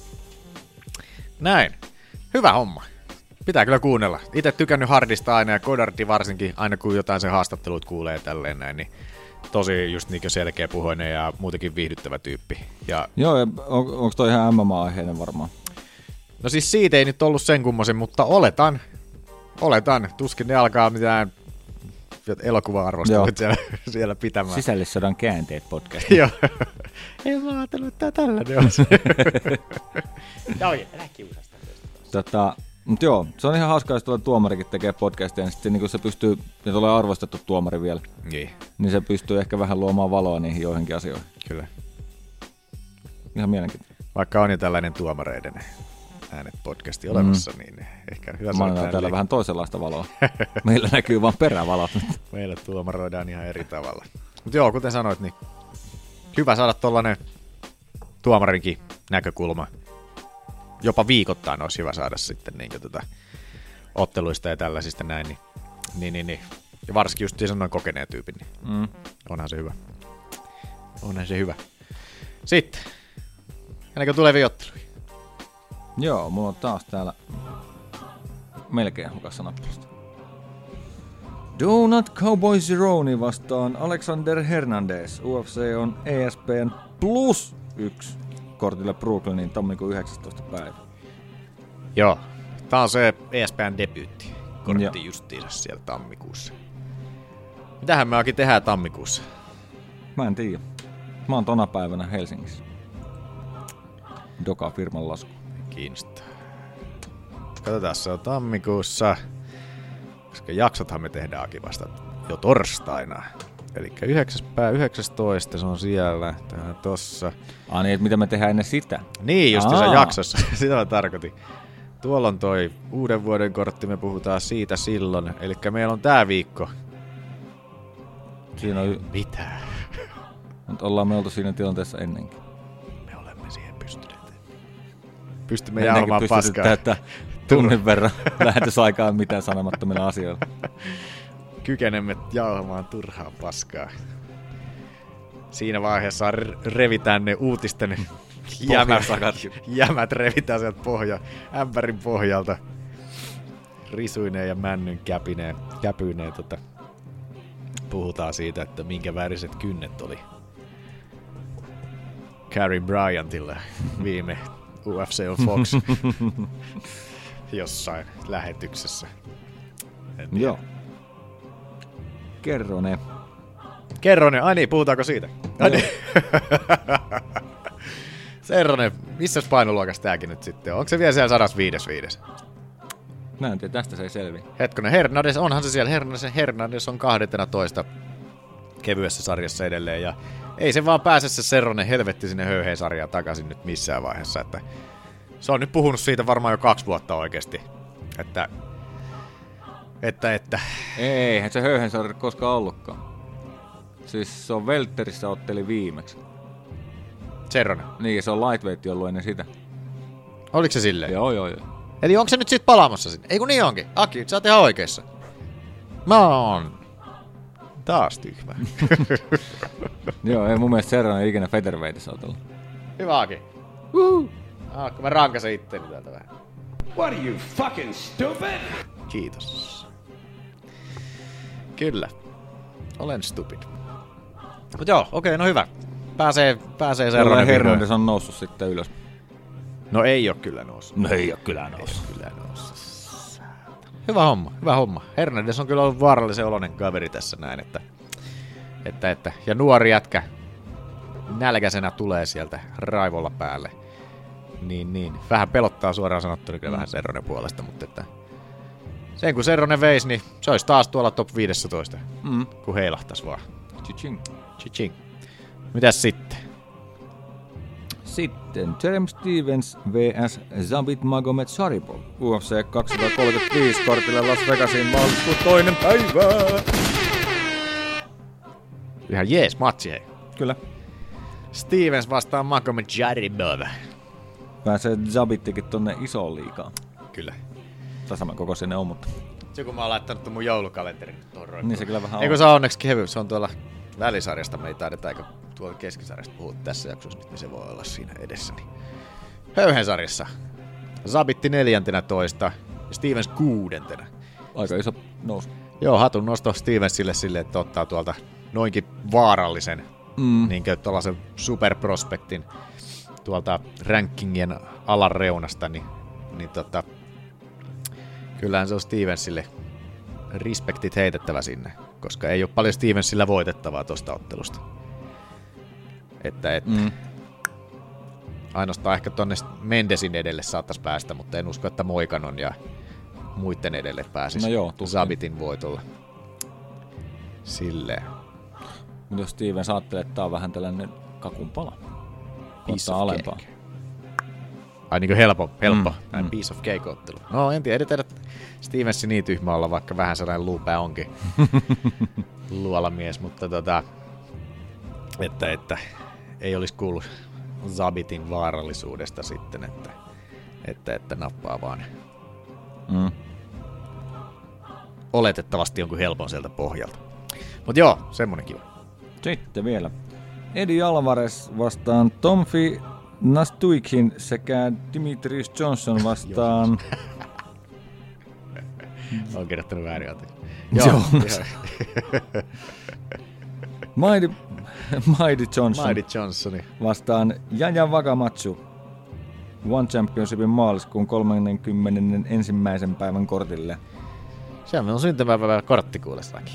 Näin. Hyvä homma. Pitää kyllä kuunnella. Itse tykännyt Hardista aina ja Goddardi varsinkin, aina kun jotain sen haastattelut kuulee tälleen näin, niin tosi just niin selkeä puhuinen ja muutenkin viihdyttävä tyyppi. Ja... Joo, ja onko toi ihan MMA-aiheinen varmaan? No siis siitä ei nyt ollut sen kummoisen, mutta oletan. Tuskin ne alkaa mitään elokuva-arvostelut siellä pitämään. Sisällissodan käänteet podcast. Joo. Ei mä ajatellut, että tää tällainen on. Joo, älä kiusasta. Mutta joo, se on ihan hauskaa, jos tulee tuomarikin tekee podcastia, niin sitten niin se pystyy, ja tulee arvostettu tuomari vielä, niin se pystyy ehkä vähän luomaan valoa niihin joihinkin asioihin. Kyllä. Ihan mielenkiintoista. Vaikka on jo tällainen tuomareiden äänet podcasti olemassa, niin ehkä hyvä saada täällä liikaa. Vähän toisenlaista valoa. Meillä näkyy vaan perävalot. Meillä tuomaroidaan ihan eri tavalla. Mutta joo, kuten sanoit, niin hyvä saada tollainen tuomarinkin näkökulma. Jopa viikoittain olisi hyvä saada sitten otteluista ja tällaisista näin. Niin. Ja varsinkin just noin kokeneen tyypin, niin onhan se hyvä. Onhan se hyvä. Sitten, ennen kuin tulevia otteluja. Joo, mulla on taas täällä melkein hukassa nappulasta. Donut Cowboy Cerrone vastaan Alexander Hernandez. UFC on ESPN Plus 1 kortille Brooklynin tammikuun 19. päivä. Joo, tää on se ESPN debyytti kortti justiinsa siellä tammikuussa. Mitähän me oikein tehdään tammikuussa? Mä en tiedä. Mä oon tona päivänä Helsingissä. Doka-firman lasku. Kiinnostaa. Katsotaan, se on tammikuussa, koska jaksothan me tehdään Aki vasta jo torstaina. Eli 9.19. se on siellä, tää tossa. Niin, että mitä me tehdään ennen sitä? Niin, just se jaksossa. Sitä mä tarkoitin. Tuolla on toi uuden vuoden kortti, me puhutaan siitä silloin. Eli meillä on tää viikko. Siinä on... Mitä? Mutta ollaan me oltu siinä tilanteessa ennenkin. Me olemme siihen pystyneet. Pystymme jauhamaan paskaa. Täyttää tunnin verran lähetysaikaan mitään sanomattomilla asioilla. Kykenemme jauhamaan turhaa paskaa. siinä vaiheessa revitään ne uutisten jämät revitään sieltä ämpärin pohjalta. Risuineen ja männyn käpyneen puhutaan siitä, että minkä väriset kynnet oli Gary Bryantilla viime UFC on Fox jossain lähetyksessä. Joo. Kerro ne. Ai niin, puhutaanko siitä? Serronen, missä painoluokassa tääkin nyt sitten on? Onko se vielä siellä 105? Mä en tiedä, tästä se ei selvi. Hetkonen, Hernandez, onhan se siellä. Hernandez on 12 kevyessä sarjassa edelleen. Ja ei se vaan pääse se Serronen helvetti sinne höyheen sarjaan takaisin nyt missään vaiheessa. Että se on nyt puhunut siitä varmaan jo 2 vuotta oikeesti. Että. Eihän se höyheen sarja koskaan ollutkaan. Siis se on Welterissä otteli viimeksi. Serronen? Niin, se on lightweight ollut ennen sitä. Oliko se silleen? Joo. Eli onko se nyt sit palaamassa sinne? Ei kun niin onkin. Aki, sä oot ihan oikeassa. Mä oon taas tyhmä. Joo, ei mun mielestä Serronen ei ikinä featherweightissa otellut. Hyvä Aki. Kun mä rankasen itteni täältä vähän. What are you fucking stupid? Kiitos. Kyllä. Olen stupid. Mut joo, okei, no hyvä. Pääsee Serronen. Hernandez on noussut sitten ylös. No ei oo kyllä noussut. Hyvä homma. Hernandez on kyllä ollut vaarallisen oloinen kaveri tässä näin, että ja nuori jätkä nälkäisenä tulee sieltä raivolla päälle. Niin. Vähän pelottaa suoraan sanottuna kyllä vähän Serronen puolesta, mutta että sen kun Serronen veisi, niin se olisi taas tuolla top 15, kun heilahtaisi vaan. Chiching. Mitäs sitten? Sitten Jeremy Stevens vs. Zabit Magomedsharipov. UFC 235 kortille Las Vegasiin maaliskuun 2. päivä. Ihan jees matsi hei. Kyllä. Stevens vastaan Magomedsharipov. Pääsee Zabittikin tonne isoon liigaan. Kyllä. Tai saman koko sinne on, mutta se kun mä oon laittanut mun joulukalenterin tuohon roikkuun. Niin se kyllä vähän on. Eikö se on onneksi kevyys? Se on tuolla välisarjasta. Me ei taideta eikä tuolla keskisarjasta puhua tässä jaksossa, niin se voi olla siinä edessä. Höyhen sarjassa. Zabitti 14 ja Stevens 6. Aika iso nousu. Joo, hatun nosto Stevensille silleen, että ottaa tuolta noinkin vaarallisen niinkö tuollaisen superprospektin tuolta rankingien alareunasta, niin kyllähän se on Stevensille respektit heitettävä sinne, koska ei ole paljon Stevensillä voitettavaa tuosta ottelusta. Ainoastaan ehkä tonne Mendesin edelle saattaisi päästä, mutta en usko, että Moikanon ja muiden edelle pääsisi Zabitin voitolla. Silleen. Mutta jos Stevens ajattelee, että tää on vähän tällainen kakunpala. Ottaa alempaa. Ai niinkö helppo. Näin piece of cake-ottelu. No en tiedä, Stevensi niin tyhmä olla, vaikka vähän sellainen luupää onkin. Luolamies, mutta että ei olisi kuullut Zabitin vaarallisuudesta sitten, että nappaa vaan oletettavasti jonkun helpon sieltä pohjalta. Mut joo, semmonen kiva. Sitten vielä Eddie Alvarez vastaan Tomfi Nastuikin sekä Demetrius Johnson vastaan on kirjoittanut väärin Jones. Mighty Johnson vastaan Jaja Wakamatsu One Championshipin maaliskuun 31. päivän kortille. Se on syntymäpäivä kortti kuulestakin.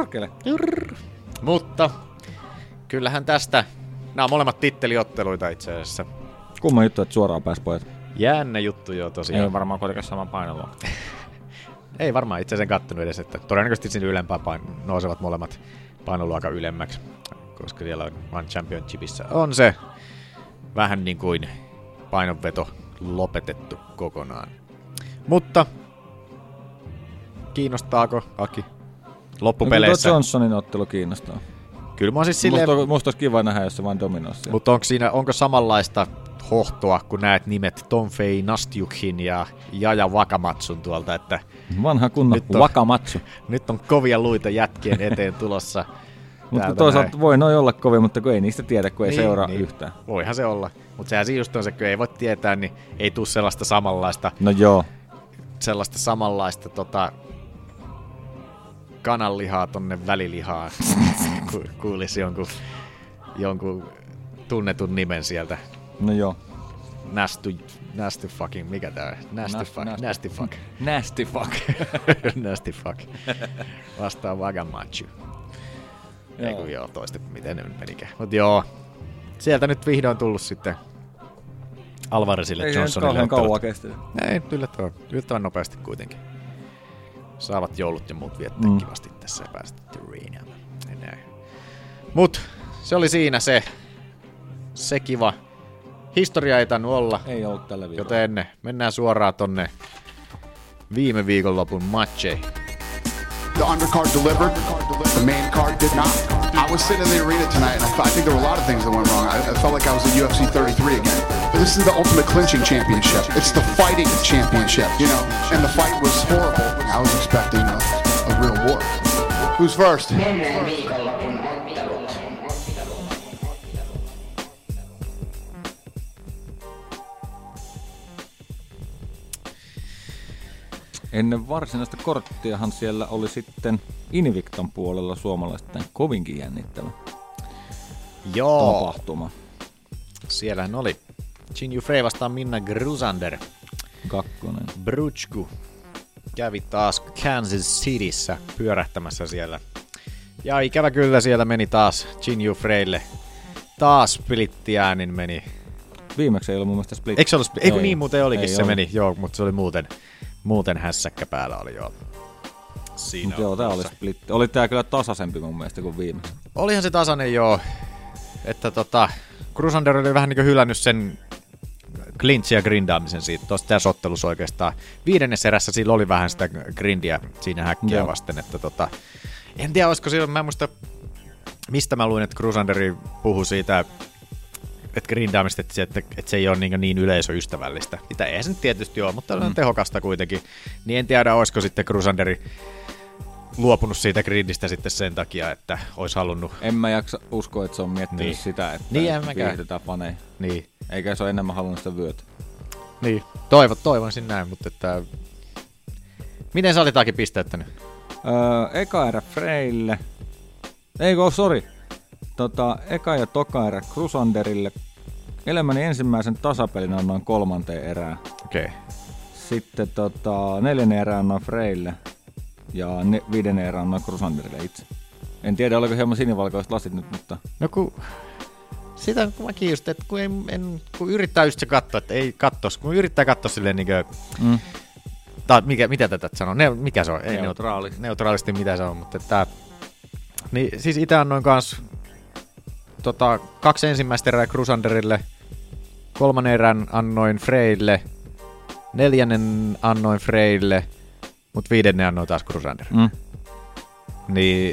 Mutta kyllähän tästä, nämä on molemmat titteliotteluita itse asiassa. Kumma juttu, että suoraan pääsi pojat. Jännä juttu joo tosiaan. Ei varmaan kuitenkaan saman painoluokka. Ei varmaan itse asiassa kattonut edes, että todennäköisesti sinne ylempään nousevat molemmat painoluokan ylemmäksi, koska siellä on One Championshipissa on se vähän niin kuin painonveto lopetettu kokonaan. Mutta kiinnostaako Aki loppupeleissä? No, Johnsonin ottelu kiinnostaa. Kyllä mä siis silleen musta olisi kiva nähdä, jos se vain dominoisi. Mutta onko samanlaista hohtoa, kun näet nimet Tomfei Nastyukhin ja Jaja Wakamatsun tuolta, että vanha kunnon Wakamatsu. Nyt on kovia luita jätkien eteen tulossa Mutta toisaalta voi noin olla kovin, mutta kun ei niistä tiedä, kun ei seuraa yhtään. Voihan se olla. Mutta sehän just on se, kun ei voi tietää, niin ei tule sellaista samanlaista. No joo. Sellaista samanlaista kananlihaa tonne välilihaan. Kuulisi jonkun tunnetun nimen sieltä. No joo. Nasty fucking, mikä tää on? Nasty fuck. Nasty fuck. Vastaa Wagamachu. Ei joo, toista miten ne menikään. Mut joo, sieltä nyt vihdoin tullut sitten Alvarezille Johnsonille. Ei se kauan kestä. Ei, yllättävän nopeasti kuitenkin. Saavat joulut ja muut viettää kivasti tässä ja päästä treenaamaan. Mut se oli siinä se kiva. Historia ei tainnut olla. Ei ollut tällä viikolla. Joten mennään suoraan tonne viime viikonlopun matcheihin. The undercard delivered, the main card did not. I was sitting in the arena tonight and I think there were a lot of things that went wrong. I felt like I was at UFC 33 again. But this is the Ultimate Clinching Championship. It's the fighting championship, you know. And the fight was horrible. I was expecting a real war. Who's first? Ennen varsinaista korttiahan siellä oli sitten Invictan puolella suomalaisten kovinkin jännittävä tapahtuma. Siellähän oli Jin Yufrey vastaan Minna Grusander. Kakkonen. Bruchku kävi taas Kansas Cityssä pyörähtämässä siellä. Ja ikävä kyllä siellä meni taas Jin Yufreylle. Taas splittiäänin meni. Viimeksi ei ollut mun mielestä split. Eikö se ollut Ei kun niin muuten olikin, se meni. Joo, mutta se oli muuten hässäkkä päällä oli joo. Siinä joo, tää oli split. Oli tää kyllä tasaisempi mun mielestä kuin viime. Olihan se tasainen joo. Että Grusander oli vähän niinku hylännyt sen clinch ja grindaamisen siitä tosta tässä ottelussa oikeastaan. 5. erässä sillä oli vähän sitä grindia siinä häkkiä vasten, että en tiedä olisiko silloin, mä en muista mistä mä luin, että Grusanderi puhui siitä, että grindaamista, että se ei ole niin yleisöystävällistä. Mitä ei se nyt tietysti ole, mutta on tehokasta kuitenkin. Niin en tiedä, olisiko sitten Grusanderi luopunut siitä grindistä sitten sen takia, että olisi halunnut. En mä jaksa uskoa, että se on miettinyt sitä, että viihdytään faneja. Niin. Eikä se ole enemmän halunnut sitä vyötä. Niin, toivoisin näin, mutta että miten sä olitaakin pisteyttänyt? Eka erä Freylle. Eka ja toka erä Grusanderille. Elämäni ensimmäisen tasapelin annoin 3. erään. Okei. Okay. Sitten 4. erään annoin Freylle. Ja 5. erään annoin Grusanderille itse. En tiedä, oliko hieman sinivalkoiset lasit nyt, mutta... No kun mäkin just, että kun yrittää just se katsoa, että ei kattos. Kun yrittää katsoa silleen niinkö... mitä tätä sanoo? Mikä se on? Ei neutraalisti mitä se on, mutta että... Niin siis itse annoin kans 2 ensimmäistä erää Grusanderille, 3. erän annoin Freylle, 4. annoin Freylle, mut 5. annoin taas Grusanderille. Niin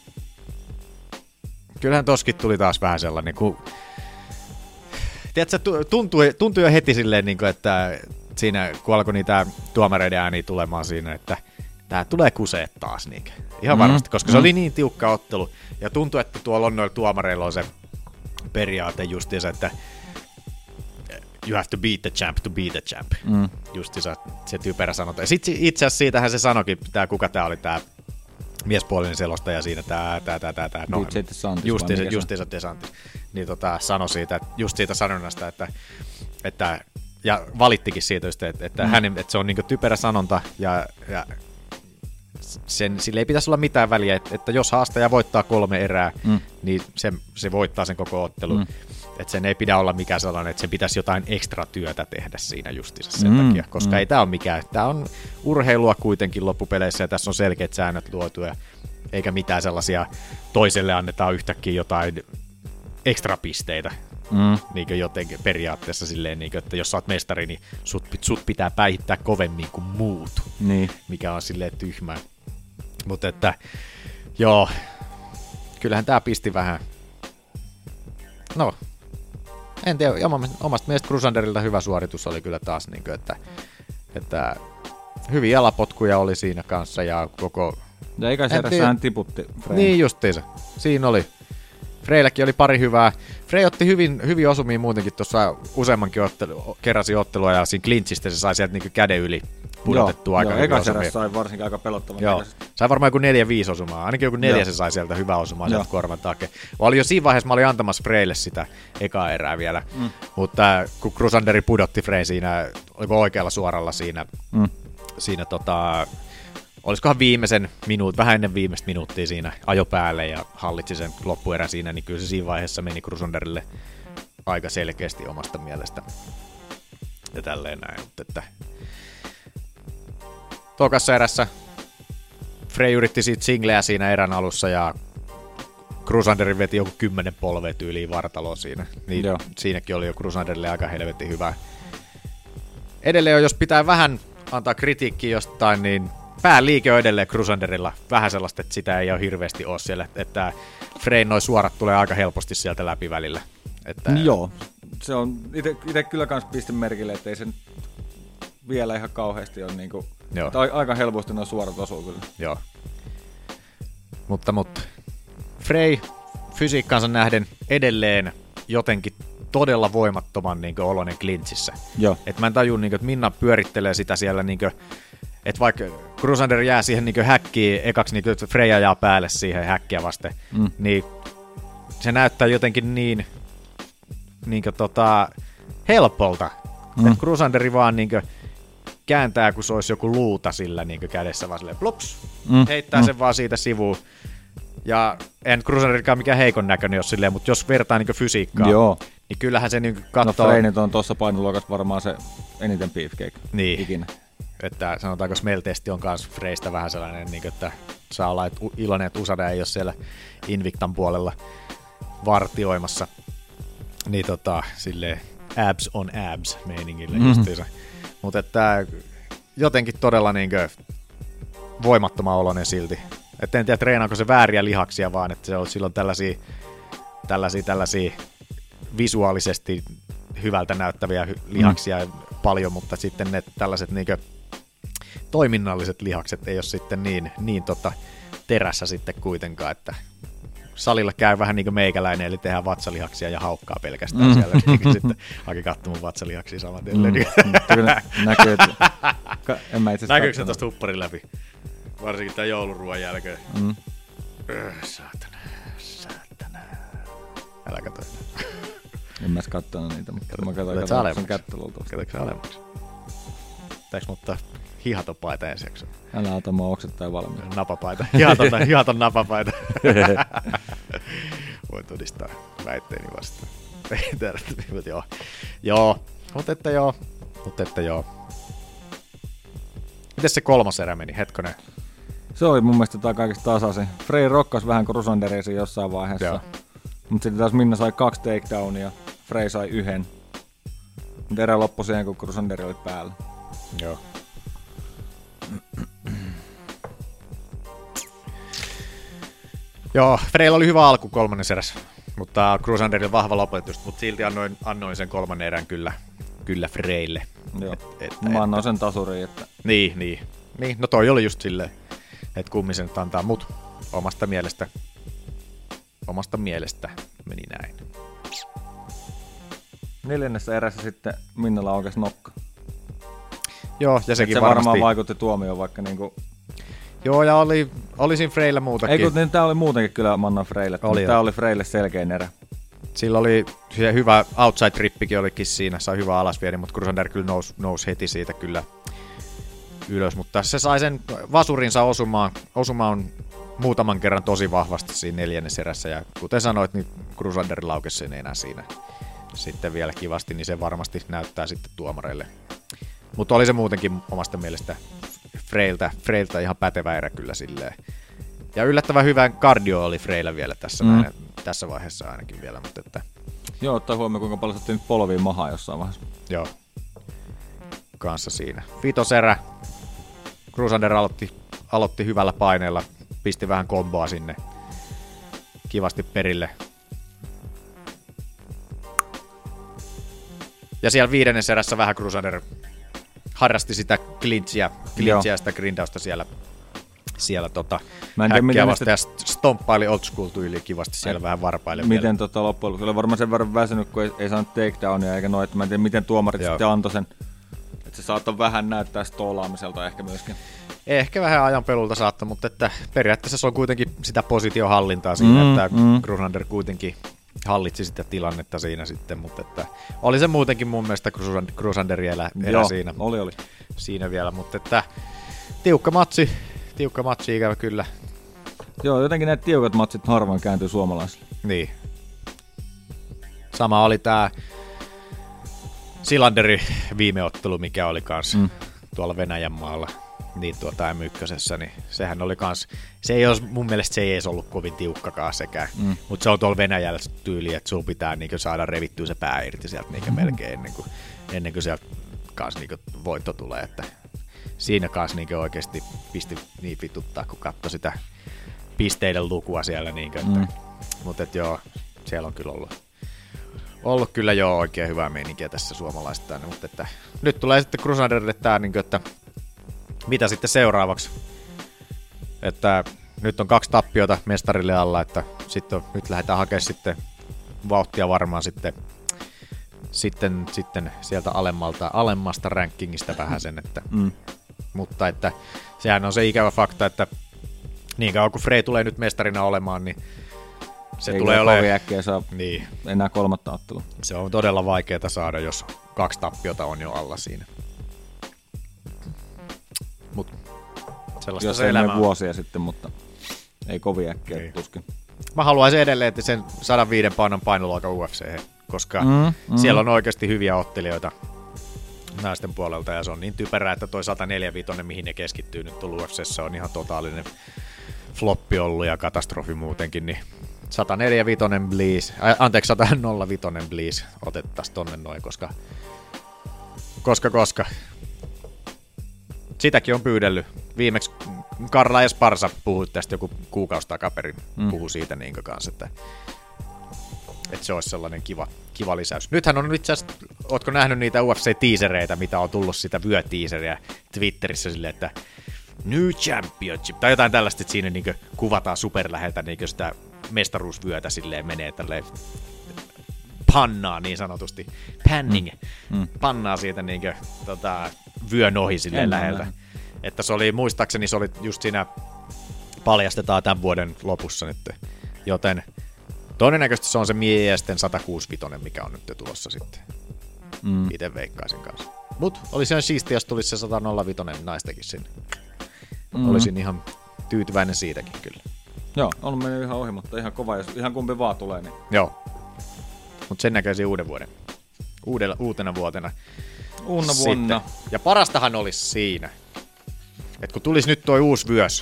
kyllähän toskin tuli taas vähän sellainen, kun tiedätkö, tuntui jo heti silleen, että siinä kun alkoi niitä tuomareiden ääniä tulemaan siinä, että tää tulee kuseet taas niinkö. Ihan varmasti, koska se oli niin tiukka ottelu. Ja tuntui, että tuolla on noilla tuomareilla on se periaate justiinsa, että you have to beat the champ to beat the champ. Justiinsa se typerä sanota. Ja sitten itse asiassa siitähän se sanoikin, kuka tää oli tää miespuolinen selostaja siinä, tää. No, justiinsa DeSantis. Niin sanoi siitä, just siitä sanonnasta, että ja valittikin siitä just, että se on niinku typerä sanonta ja sille ei pitäisi olla mitään väliä, että jos haastaja voittaa 3 erää, niin se voittaa sen koko ottelun. Että sen ei pidä olla mikään sellainen, että sen pitäisi jotain ekstra työtä tehdä siinä justiinsa sen takia, koska ei tämä ole mikään. Tämä on urheilua kuitenkin loppupeleissä ja tässä on selkeät säännöt luotu eikä mitään sellaisia toiselle annetaan yhtäkkiä jotain ekstra pisteitä. Niin jotenkin periaatteessa silleen, niin kuin, että jos sä oot mestari, niin sut pitää päihittää kovemmin kuin muut, mikä on silleen tyhmää. Mutta että joo, kyllähän tää pisti vähän. No, en tiedä, omasta mielestä Grusanderilta hyvä suoritus oli kyllä taas, niin kuin, että hyviä jalapotkuja oli siinä kanssa ja Ja eikä hän tiputti Frey. Niin justiinsa. Siinä oli. Freylläkin oli pari hyvää. Frey otti hyvin osumia muutenkin tuossa useammankin keräsi ottelua ja siinä clinchistä se sai sieltä niinku käden yli pudotettua aika hyvin eka osumia. sai varsinkin aika pelottavan Joo. näköisesti. Sai varmaan joku 4-5 osumaa. Ainakin joku 4 se sai sieltä hyvää osumaa sieltä korvan takia. Oli jo siinä vaiheessa, mä olin antamassa Freylle sitä ekaa erää vielä. Mutta kun Crusanderi pudotti Frey siinä, oliko oikealla suoralla siinä olisikohan vähän ennen viimeistä minuuttia siinä ajo päälle ja hallitsi sen loppuerän siinä, niin kyllä se siinä vaiheessa meni Crusanderille aika selkeästi omasta mielestä. Ja tälleen näin. Että tokassa erässä Frey yritti siitä singleä siinä erän alussa ja Crusanderin veti joku 10 polvea tyyliin vartaloon siinä. Niin siinäkin oli jo Crusanderille aika helvetin hyvä. Edelleen jos pitää vähän antaa kritiikkiä jostain, niin pääliike on edelleen Crusanderilla vähän sellaista, että sitä ei ole hirveästi ole siellä, että Freyn noin suorat tulee aika helposti sieltä läpi välillä. Että joo, se on itse kyllä kans piste merkille, ettei sen vielä ihan kauheasti ole niinku, aika helposti noin suorat osuu kyllä. Joo. Mutta Frey fysiikkaansa nähden edelleen jotenkin todella voimattoman niin oloinen clinchissä. Et mä en tajua, niin että Minna pyörittelee sitä siellä, niin kuin, että vaikka Crusader jää siihen niin häkkiin ekaksi, niin että Frey ajaa päälle siihen häkkiä vasten, niin se näyttää jotenkin niin helpolta, että Crusanderi vaan niin kääntää, kun se olisi joku luuta sillä niin kädessä, vaan silleen plops, heittää sen vaan siitä sivuun. Ja en Crusanderikaan mikään heikon näköinen jos silleen, mutta jos vertaa niin fysiikkaa, niin kyllähän se niin katsoo. No Frey on tuossa painoluokassa varmaan se eniten beefcake ikinä. Että sanotaanko smell-testi on myös Freystä vähän sellainen, niin kuin, että saa olla iloinen, että Usada ei ole siellä Invictan puolella vartioimassa. Niin silleen abs on abs meiningillä justiinsa. Mutta että jotenkin todella niin kuin voimattoman oloinen silti. Että en tiedä, treenaako se vääriä lihaksia vaan, että se on silloin tällaisia visuaalisesti hyvältä näyttäviä lihaksia paljon, mutta sitten ne tällaiset niinkö toiminnalliset lihakset ei ole sitten niin terässä sitten kuitenkaan, että salilla käy vähän niin kuin meikäläinen, eli tehdään vatsalihaksia ja haukkaa pelkästään siellä, niin sitten Aki katsoi mun vatsalihaksia saman tien. Näkyy, näkyykö se tuosta hupparin läpi? Varsinkin tämän jouluruoan jälkeen. Saatana. Älä katso enää. En mä katsonut niitä, mutta mä katsoin sen kättölulta. Katsoinko sä alemmaksi? Pitääkö mä ottaa hihatopaita ensiäksi? Älä ota mua oksettain valmiin. Napapaita. Hihaton napapaita. Voin todistaa väitteeni vastaan. Ei tiedä, mutta joo. Mutta että joo. Mites se kolmas erä meni? Hetkonen. Se oli mun mielestä kaikista tasaisin. Frey rokkasi vähän Crusanderisiin jossain vaiheessa. Mutta sitten taas Minna sai 2 takedownia, Frey sai 1. Mutta erä loppui siihen, kun Crusader oli päällä. Joo. Joo, Freyllä oli hyvä alku kolmannessa erässä, mutta Crusaderilla vahva lopetus, mutta silti annoin sen kolmannen erän kyllä Freylle. Joo, mä annoin sen tasuriin, että... Niin, no toi oli just silleen, että kummin sen antaa, mut omasta mielestä meni näin. Neljännessä erässä sitten Minnalla aukesi nokka. Joo, ja sekin se varmasti... varmaan vaikutti tuomioon, vaikka niinku... Joo, ja oli siinä Freyllä muutakin. Ei kun niin, tää oli muutenkin kyllä Mannan Freylle, tää oli Freylle selkein erä. Sillä oli hyvä outside-trippikin olikin siinä, sai hyvä alasvieni, mutta Crusader kyllä nousi heti siitä kyllä ylös, mutta se sai sen vasurinsa osumaan muutaman kerran tosi vahvasti siinä neljännessä erässä, ja kuten sanoit, niin Crusader laukesi sen enää siinä sitten vielä kivasti, niin se varmasti näyttää sitten tuomareille. Mutta oli se muutenkin omasta mielestä Freyltä ihan pätevä erä kyllä silleen. Ja yllättävän hyvä kardio oli Freyllä vielä tässä vaiheessa ainakin vielä. Mutta että... Joo, ottaa huomioon kuinka paljon saatiin nyt polviin mahaa jossain vaiheessa. Joo, kanssa siinä. Vitoserä. Crusader aloitti hyvällä paineella, pisti vähän komboa sinne kivasti perille. Ja siellä viidennessä erässä vähän Crusader harrasti sitä clinchiä sitä grindausta siellä siellä häkkiä vasta ja stomppaili old school tyyliin kivasti siellä vähän varpaille. Miten loppujen lopuksi oli varmaan sen verran väsynyt, kun ei saanut takedownia eikä noin, että mä en tiedä miten tuomarit sitten antoi sen, että se saattoi vähän näyttää stoolaamiselta ehkä myöskin. Ehkä vähän ajanpelulta saattaa, mutta että periaatteessa se on kuitenkin sitä positiohallintaa siinä, että Grusander kuitenkin hallitsi sitä tilannetta siinä sitten, mutta että oli se muutenkin mun mielestä Grusanderi elä siinä. Oli. Siinä vielä, mutta että tiukka matsi ikävä kyllä. Joo, jotenkin ne tiukat matsit harvoin kääntyy suomalaisille. Niin. Sama oli tää Silanderin viimeottelu, mikä oli kans tuolla Venäjän maalla. Niin M1:ssä, niin sehän oli kans, se ei olisi, mun mielestä se ei edes ollut kovin tiukkakaan sekään, mutta se on tuolla Venäjällä tyyli, että sun pitää niinku saada revittyä se pää irti sieltä niinku melkein ennen kuin sieltä kans niinku voitto tulee, että siinä kans niinku oikeasti pisti niin vituttaa, kun katsoi sitä pisteiden lukua siellä, niinku, mutta et joo, siellä on kyllä ollut kyllä jo oikein hyvää meininkiä tässä suomalaista, mutta että nyt tulee sitten Grusanderille tää niinku, että mitä sitten seuraavaksi? Että nyt on 2 tappiota mestarille alla, että nyt lähdetään hakemaan sitten vauhtia varmaan sitten sieltä alemmasta rankingista vähän sen, että mutta että sehän on se ikävä fakta, että niin kauan kun Frey tulee nyt mestarina olemaan, niin se tulee olemaan äkkiä saa enää 3. ottelua. Se on todella vaikeaa saada, jos 2 tappiota on jo alla siinä. Mut sellaista jos se elämä on. Vuosia sitten, mutta ei kovin äkkiä tuskin. Mä haluaisin edelleen, että sen 105 paunan painoluokan UFC, koska siellä on oikeasti hyviä ottelijoita naisten puolelta, ja se on niin typerää, että toi 104-vitonen, mihin ne keskittyy nyt tuolla UFC:ssä, on ihan totaalinen floppi ollut ja katastrofi muutenkin, niin 104-vitonen please, 105 please otettaisiin tonne noin, koska sitäkin on pyydellyt. Viimeksi Karla Esparza puhui tästä joku kuukausi takaperin, puhui siitä niinkö kanssa, että se olisi sellainen kiva lisäys. Nythän on itse asiassa, ootko nähnyt niitä UFC-tiisereitä, mitä on tullut sitä vyötiiseriä Twitterissä silleen, että New Championship, tai jotain tällaista, että siinä niinkö kuvataan superläheltä niinkö sitä mestaruusvyötä silleen menee tälleen pannaa niin sanotusti, pannaa siitä niinkö vyön ohi silleen läheltä. Että se oli, muistaakseni se oli just siinä, paljastetaan tämän vuoden lopussa nyt, joten todennäköisesti se on se miesten 106-vitonen, mikä on nyt tulossa sitten. Itse veikkaisin kanssa. Mut oli se siistiä, jos tulisi se 105 naistakin sinne. Olisin ihan tyytyväinen siitäkin kyllä. Joo, on mennyt ihan ohi, mutta ihan kova, jos ihan kumpi vaan tulee. Niin. Joo. Mut sen näköisi uuden vuoden. Uutena vuotena. Uuna vuonna. Ja parastahan olisi siinä, että kun tulisi nyt toi uusi vyö,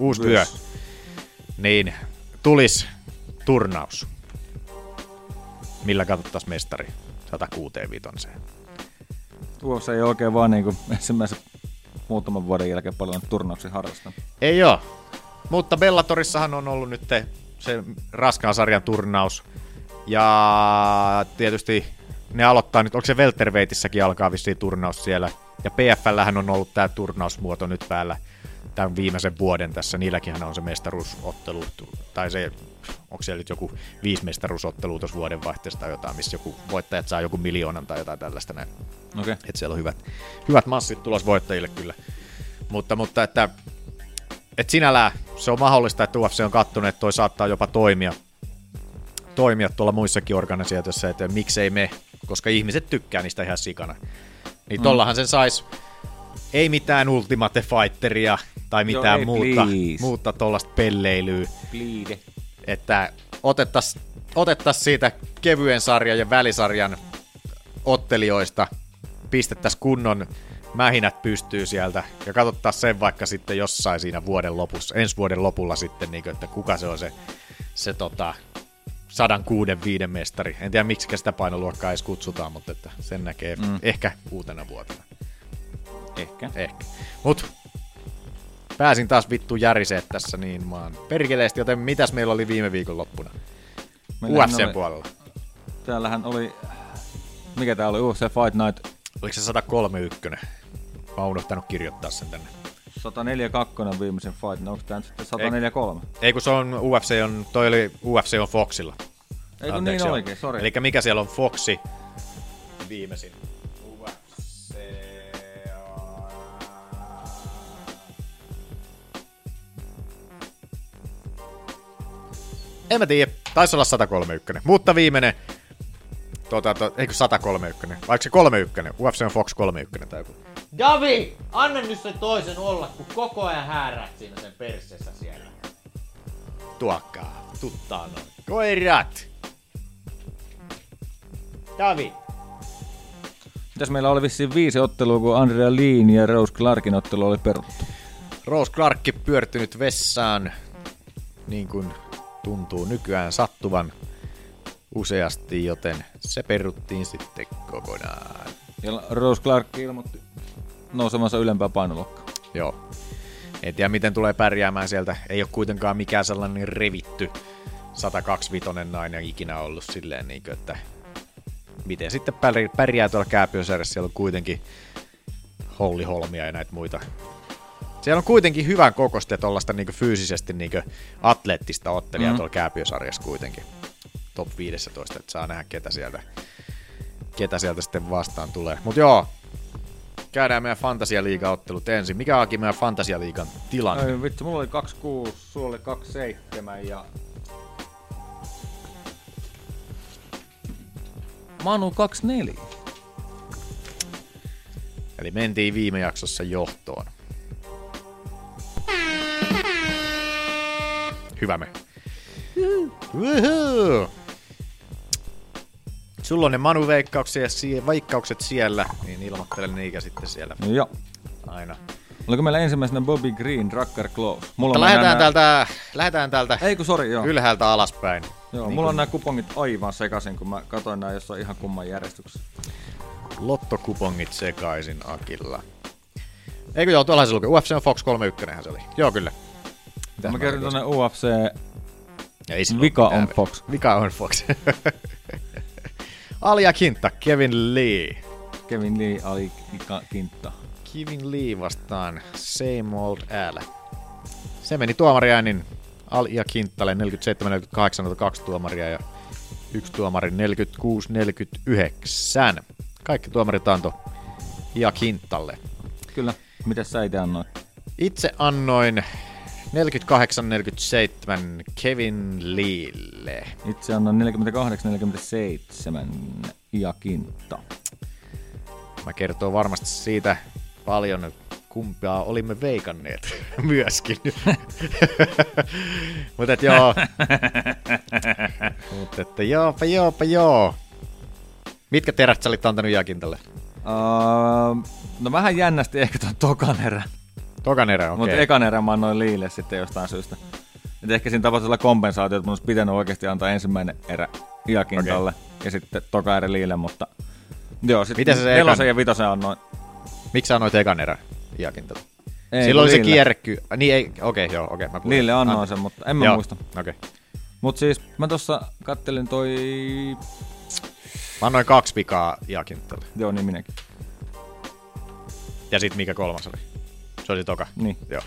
niin tulisi turnaus, millä katsottaisiin mestari 106-5. UFC ei oikein vaan niin kuin ensimmäisen muutaman vuoden jälkeen paljon turnauksia harrastanut. Ei oo, mutta Bellatorissahan on ollut nyt se raskaan sarjan turnaus, ja tietysti ne aloittaa nyt, onko se welterweightissäkin alkaa vissiin turnaus siellä, ja PFL:hän on ollut tää turnausmuoto nyt päällä tämän viimeisen vuoden tässä, niilläkin on se mestaruusottelu, tai se, onko siellä nyt joku 5 mestaruusottelua tuossa vuodenvaihteessa tai jotain, missä joku voittajat saa joku 1 miljoonan tai jotain tällaista näin. Okay. Että siellä on hyvät massit tulos voittajille kyllä. Mutta että sinällään se on mahdollista, että UFC on kattonut, että toi saattaa jopa toimia tuolla muissakin organisaatioissa, että miksei me, koska ihmiset tykkää niistä ihan sikana. Niin tollahan sen sais, ei mitään Ultimate Fighteria tai mitään muuta tollasta pelleilyä. Please. Että otettais siitä kevyen sarjan ja välisarjan ottelijoista, pistettäisiin kunnon mähinät pystyy sieltä ja katsottaisiin sen vaikka sitten jossain siinä vuoden lopussa, ensi vuoden lopulla sitten, niin kuin, että kuka se on se 106-5 mestari. En tiedä, miksi sitä painoluokkaa edes kutsutaan, mutta että sen näkee ehkä uutena vuotena. Ehkä. Mut pääsin taas vittu järiseet tässä niin maan perkeleesti, joten mitäs meillä oli viime viikon loppuna? UFCn puolella. Täällähän oli, mikä tää oli, UFC Fight Night. Oliko se 103.1? Mä oon unohtanut kirjoittaa sen tänne. 142 on viimeisen fight, onko tää nyt sitten 143? Ei kun se on toi oli UFC on Foxilla. Ei kun niin olikin, sori. Elikkä mikä siellä on Foxi viimeisin? UFC en mä tiedä, taisi olla 131, mutta viimeinen, eikö 131, vaikka se 31, UFC on Fox 31 tai joku. Davi, anna nyt sen toisen olla, kun koko ajan häärät siinä sen perseessä siellä. Tuokkaa, tuttaa noin. Koirat! Davi. Mitäs meillä oli vissiin 5 ottelua, kun Andrea Leen ja Rose Clarkin ottelu oli peruttu? Rose Clark pyörtynyt vessaan, niin kuin tuntuu nykyään sattuvan useasti, joten se peruttiin sitten kokonaan. Ja Rose Clark ilmoitti nousemansa ylempää painoluokkaa. Joo. En tiedä miten tulee pärjäämään sieltä. Ei ole kuitenkaan mikään sellainen revitty 125 nainen ikinä ollut silleen, niin kuin, että miten sitten pärjää tuolla Kääpiösarjassa. Siellä on kuitenkin Holly Holmia ja näitä muita. Siellä on kuitenkin hyvän kokosta tuollaista niin fyysisesti niin atleettista ottelijaa tuolla Kääpiösarjassa kuitenkin. Top 15, että saa nähdä ketä sieltä sitten vastaan tulee. Mut joo, käydään meidän Fantasia-liiga-ottelut ensin. Mikä onkin meidän Fantasia-liigan tilanne? Ei vittu, mulla oli 26, sulla oli 27 ja Manu 24. Eli mentiin viime jaksossa johtoon. Hyvä me. Sulla on ne Manu-veikkaukset siellä, niin ilmoittele niikä sitten siellä. No joo. Aina. Oliko meillä ensimmäisenä Bobby Green, Rucker Close? Lähdetään täältä joo. Ylhäältä alaspäin. Joo, niin mulla on nämä kupongit aivan sekaisin, kun mä katsoin nää jossain ihan kumman järjestyksessä. Lottokupongit sekaisin Akilla. Eikö joo, tuollahan se lukee. UFC on Fox 31 se oli. Joo, kyllä. Mä kerron tonne UFC. Vika on Fox. Vika on Fox. Alia Kintta, Kevin Lee. Kevin Lee, Ali Kintta. Kevin Lee vastaan Same Old Al. Se meni tuomariäänin Alia Kinttalle 47-48, 2 tuomaria ja 1 tuomari 46-49. Kaikki tuomarit antoi Ia Kinttalle. Kyllä. Mitäs sä itse annoit? Itse annoin 48-47 Kevin Leelle. Itse annan 48-47 Ia Kintta. Mä kertoo varmasti siitä paljon, kumpaa olimme veikanneet myöskin. Mutta joo. Mutta joo. Mitkä terät sä olit antanut Ia Kintalle? No vähän jännästi ehkä ton tokan erän. Tokan erä, okei. Mutta ekan erän mä annoin Liille sitten jostain syystä. Et ehkä siinä tapahtui kompensaatio, että mun olisi pitänyt oikeasti antaa ensimmäinen erä Ia Kintalle ja sitten toka erä Liille, mutta joo, sitten 4 ja 5 annoin. Miksi sä annoit ekan erän Ia Kintalle? Silloin oli se kierreky. Niin ei, okei. Mä kuulin. Liille annoin sen, mutta en mä muista. Okei. Mut siis mä tossa kattelin Mä annoin 2 vikaa Ia Kintalle. Joo, niin minäkin. Ja sit mikä kolmas oli? Se oli toka. Niin. Joo.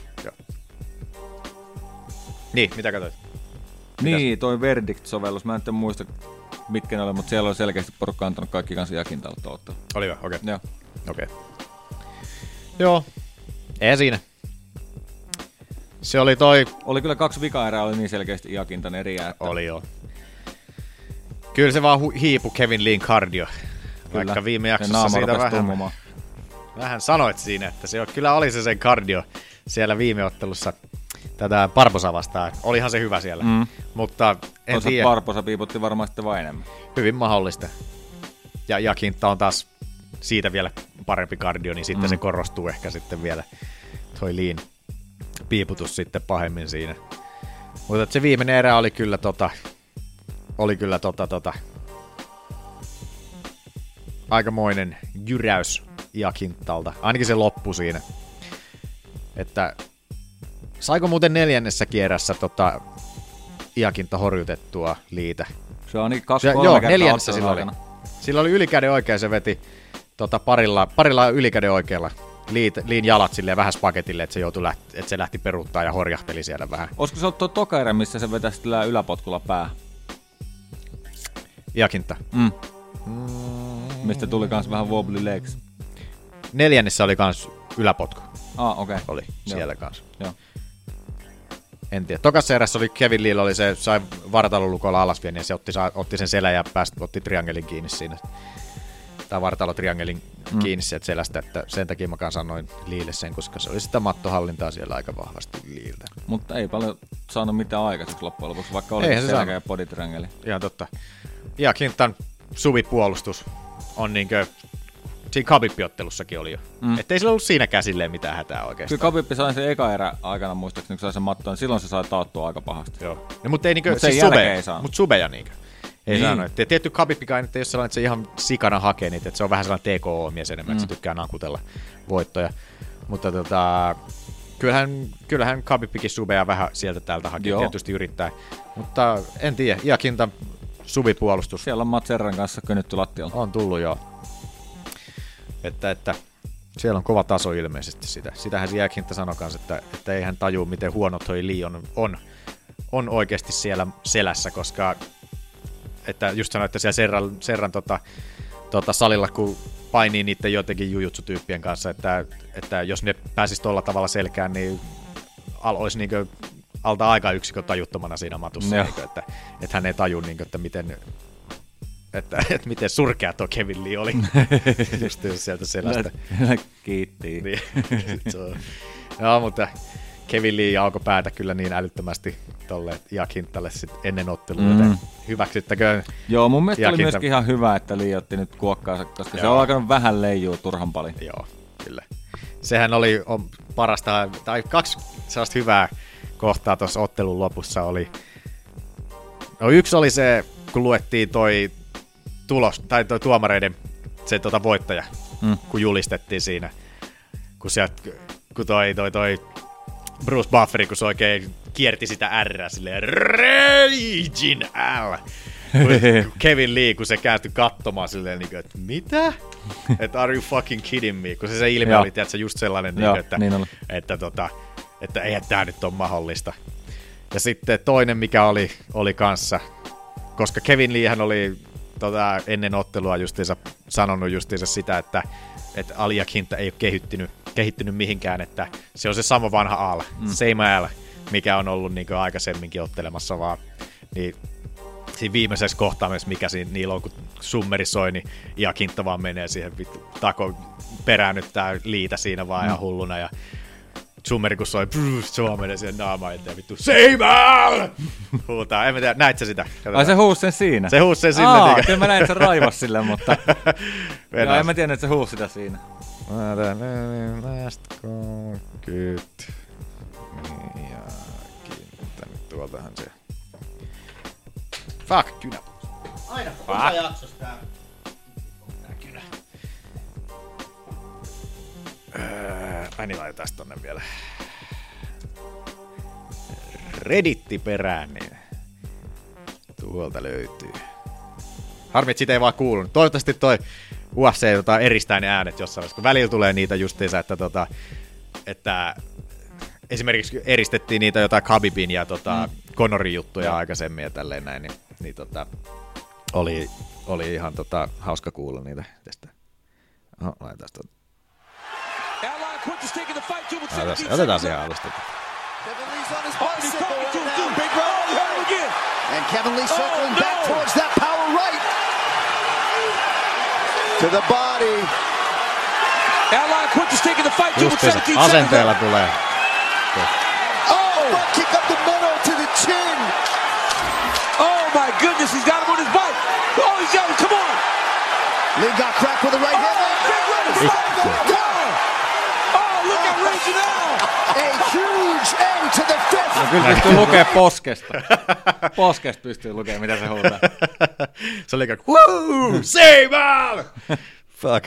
Niin, mitä katsoit? Niin, toi Verdict-sovellus. Mä en muista, mitkä ne oli, mutta siellä oli selkeästi porukka antanut kaikki kanssa Ia Kintalle tuottaa. Oli hyvä, okei. Joo. Okei. Joo. Ei siinä. Se oli toi... Oli kyllä 2 vika-erää, oli niin selkeästi Ia Kintan eriä. Että... Oli joo. Kyllä se vaan hiipu Kevin Leen cardio. Kyllä. Vaikka viime jaksossa siitä vähän sanoit siinä, että se kyllä oli se sen cardio siellä viime ottelussa tätä Barbosa vastaan. Olihan se hyvä siellä, mutta en tiedä. Barbosa piiputti varmaan sitten vain enemmän. Hyvin mahdollista. Ja Kintta on taas siitä vielä parempi cardio, niin sitten se korostuu ehkä sitten vielä toi Leen piiputus sitten pahemmin siinä. Mutta se viimeinen erä oli kyllä aikamoinen jyräys Ia Kinttalta. Ainakin se loppu siinä. Että saiko muuten 4. kierrässä Ia Kintta horjutettua Liitä? Se on ainakin 2-3 kertaa 4. sillä oli. Sillä oli ylikäden oikein, se veti parilla ylikäden oikealla Liin jalat silleen vähän spaketille, että se lähti peruuttaa ja horjahteli siellä vähän. Olisiko se ollut tuo toka erä, missä se vetäisi yläpotkulla pää? Iakinta. Mistä tuli kans vähän wobbly legs. 4. oli kans yläpotku. Okei. Oli siellä kans. Joo. En tiedä. Tokassa erässä oli Kevin Leeillä, oli se sai vartalolukolla alas vien, ja se otti sen selän ja otti triangelin kiinni siinä. Tai vartalotriangelin kiinni sieltä selästä, että sen takia mä kanssa sanoin Leelle sen, koska se oli sitä mattohallintaa siellä aika vahvasti Leeltä. Mutta ei paljon saanut mitään aikaiseksi loppujen lopuksi, vaikka oli selkä ja bodytriangeli. Ihan totta. Ja Quintan suvipuolustus on niinkö siinä Khabib-ottelussakin oli jo. Ettei sillä ollut siinäkään silleen mitään hätää oikeastaan. Kyllä Khabib sai sen eka erä aikana muistaakseni, kun sai sen mattoon, niin silloin se sai taattua aika pahasti. Joo. No, mutta ei niinkö, sen siis jälkeen ei saanut. Mutta subeja niinkö. Ei saanut. Tietty Khabibikain, että ei ole sellainen, että se ihan sikana hakee niitä, että se on vähän sellainen TKO-mies enemmän, että se tykkää nakutella voittoja. Mutta kyllähän Khabibkin subeja vähän sieltä täältä hakee, tietysti yrittää. Mutta en tiedä, Iakintan suvipuolustus. Siellä on Mats Serran kanssa könytty lattialla. On tullut joo. Että siellä on kova taso ilmeisesti sitä. Sitähän se Iakinta sanoi kanssa, että ei hän tajua, miten huono toi Lee on oikeasti siellä selässä, koska että just sanoin, että siellä Serran salilla, kun painii niiden jotenkin jujutsu-tyyppien kanssa, että jos ne pääsis tolla tavalla selkään, niin olisi niinkö alta aika yksikö tajuttomana siinä matussa, niinkö, että hän ei taju, niinkö, että miten surkea tuo Kevin Lee oli just sieltä selästä. Kiitti. Niin. Joo, mutta Kevin Lee alkoi päätä kyllä niin älyttömästi tolle Iakintalle ennen ottelua, joten hyväksyttäköön. Joo, mun mielestä oli myöskin ihan hyvä, että Lee otti nyt kuokkaansa, koska se on alkanut vähän leijua turhan paljon. Joo, kyllä. Sehän on parasta, tai 2 sellaista hyvää kohtaa tuossa ottelun lopussa oli. No, yksi oli se, kun luettiin toi tulos, tai toi tuomareiden se voittaja, kun julistettiin siinä, kun toi Bruce Bufferi, kun se oikein kierti sitä R silleen Raging L. Kevin Lee, kun se kääntyi katsomaan silleen, että mitä? Että are you fucking kidding me? Kun se ilme oli tiedätkö, just sellainen, että eihän tää nyt ole mahdollista. Ja sitten toinen, mikä oli kanssa, koska Kevin Leehän oli ennen ottelua justiinsa sanonut justiinsa sitä, että Ali Iakinta ei ole kehittynyt mihinkään, että se on se sama vanha Al, same Al, mikä on ollut niin aikaisemminkin ottelemassa vaan. Niin siinä viimeisessä kohtaamisessa, mikä niillä on, kun summeri soi, niin Iakinta vaan menee siihen vittu peräännyttää Liitä siinä vaan ihan hulluna ja summeri kun soi, se vaan menee siihen naamaan eteen vittu same Al! Huutaa, en mä tiedä, näit sä sitä? Ai se huusi sen siinä? Se huusi sen sinne. Kyllä mä näin, että se raivasi sille, mutta en mä tiedä, että se huusi sitä siinä. Mä tän last 30. Ja kiinnittänyt tuoltahan se. Fuck, kynä. Aina kuka jaksossa tää kynä. Niin laitetaan tonne vielä Redditti perään, niin tuolta löytyy. Harmi, että siitä ei vaan kuulunut. Toivottavasti toi UFC eristää ne äänet jossain vaiheessa, kun välillä tulee niitä justiinsa, että esimerkiksi eristettiin niitä jotain Khabibin ja Conorin juttuja aikaisemmin ja tälleen näin, niin oli ihan hauska kuulla niitä tästä. Laitetaan tuota. Otetaan siihen alusta. And Kevin Lee circling back towards that power right. To the body. Ally Quintus taking the fight to 17 seconds. Asenteella tulee. Oh, kick up the middle to the chin. Oh my goodness, he's got him on his bike. Oh, he's yelling, come on. Lee got cracked with a right hand. Oh, look at Raging Al. A huge end to the fifth. No, kyllä pystyy lukea poskesta. Poskesta pystyy lukemaan, mitä se huutaa. Se oli kaikki, woo, save Al! Fuck.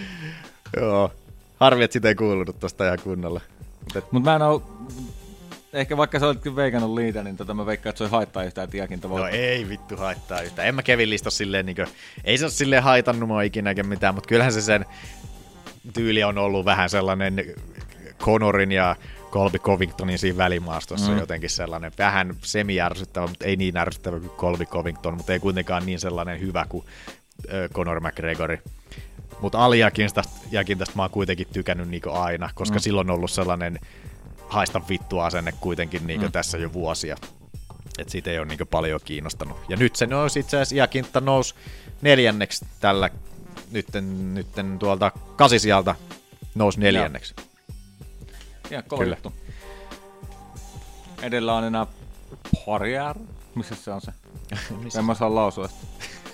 Joo. Harvi, että sitä ei kuulunut tosta ihan kunnolla. Mut mä en oo ehkä vaikka sä olitkin veikannut liitä, niin mä veikkaan, että se ei haittaa yhtään, että Iakinta voi. No ei vittu haittaa yhtään. En mä Kevin Leesta silleen niinku, ei se ole silleen haitannut mua ikinä eikä mitään, mutta kyllähän se sen tyyli on ollut vähän sellainen Conorin ja Colby Covingtonin siinä välimaastossa jotenkin sellainen vähän semi-ärsyttävä, mutta ei niin ärsyttävä kuin Colby Covington, mutta ei kuitenkaan niin sellainen hyvä kuin Conor McGregor. Mutta Ali Jakintasta mä oon kuitenkin tykännyt niinku aina, koska silloin on ollut sellainen haista vittu asenne kuitenkin niinku tässä jo vuosia. Et siitä ei ole niinku paljon kiinnostanut. Ja nyt se nousi itse asiassa, Iakinta nousi 4. tällä nytten tuolta 8 nousi 4. Ja kova juttu. Edellä on enää Poirier. Missä se on se? En mä saa lausua sitä.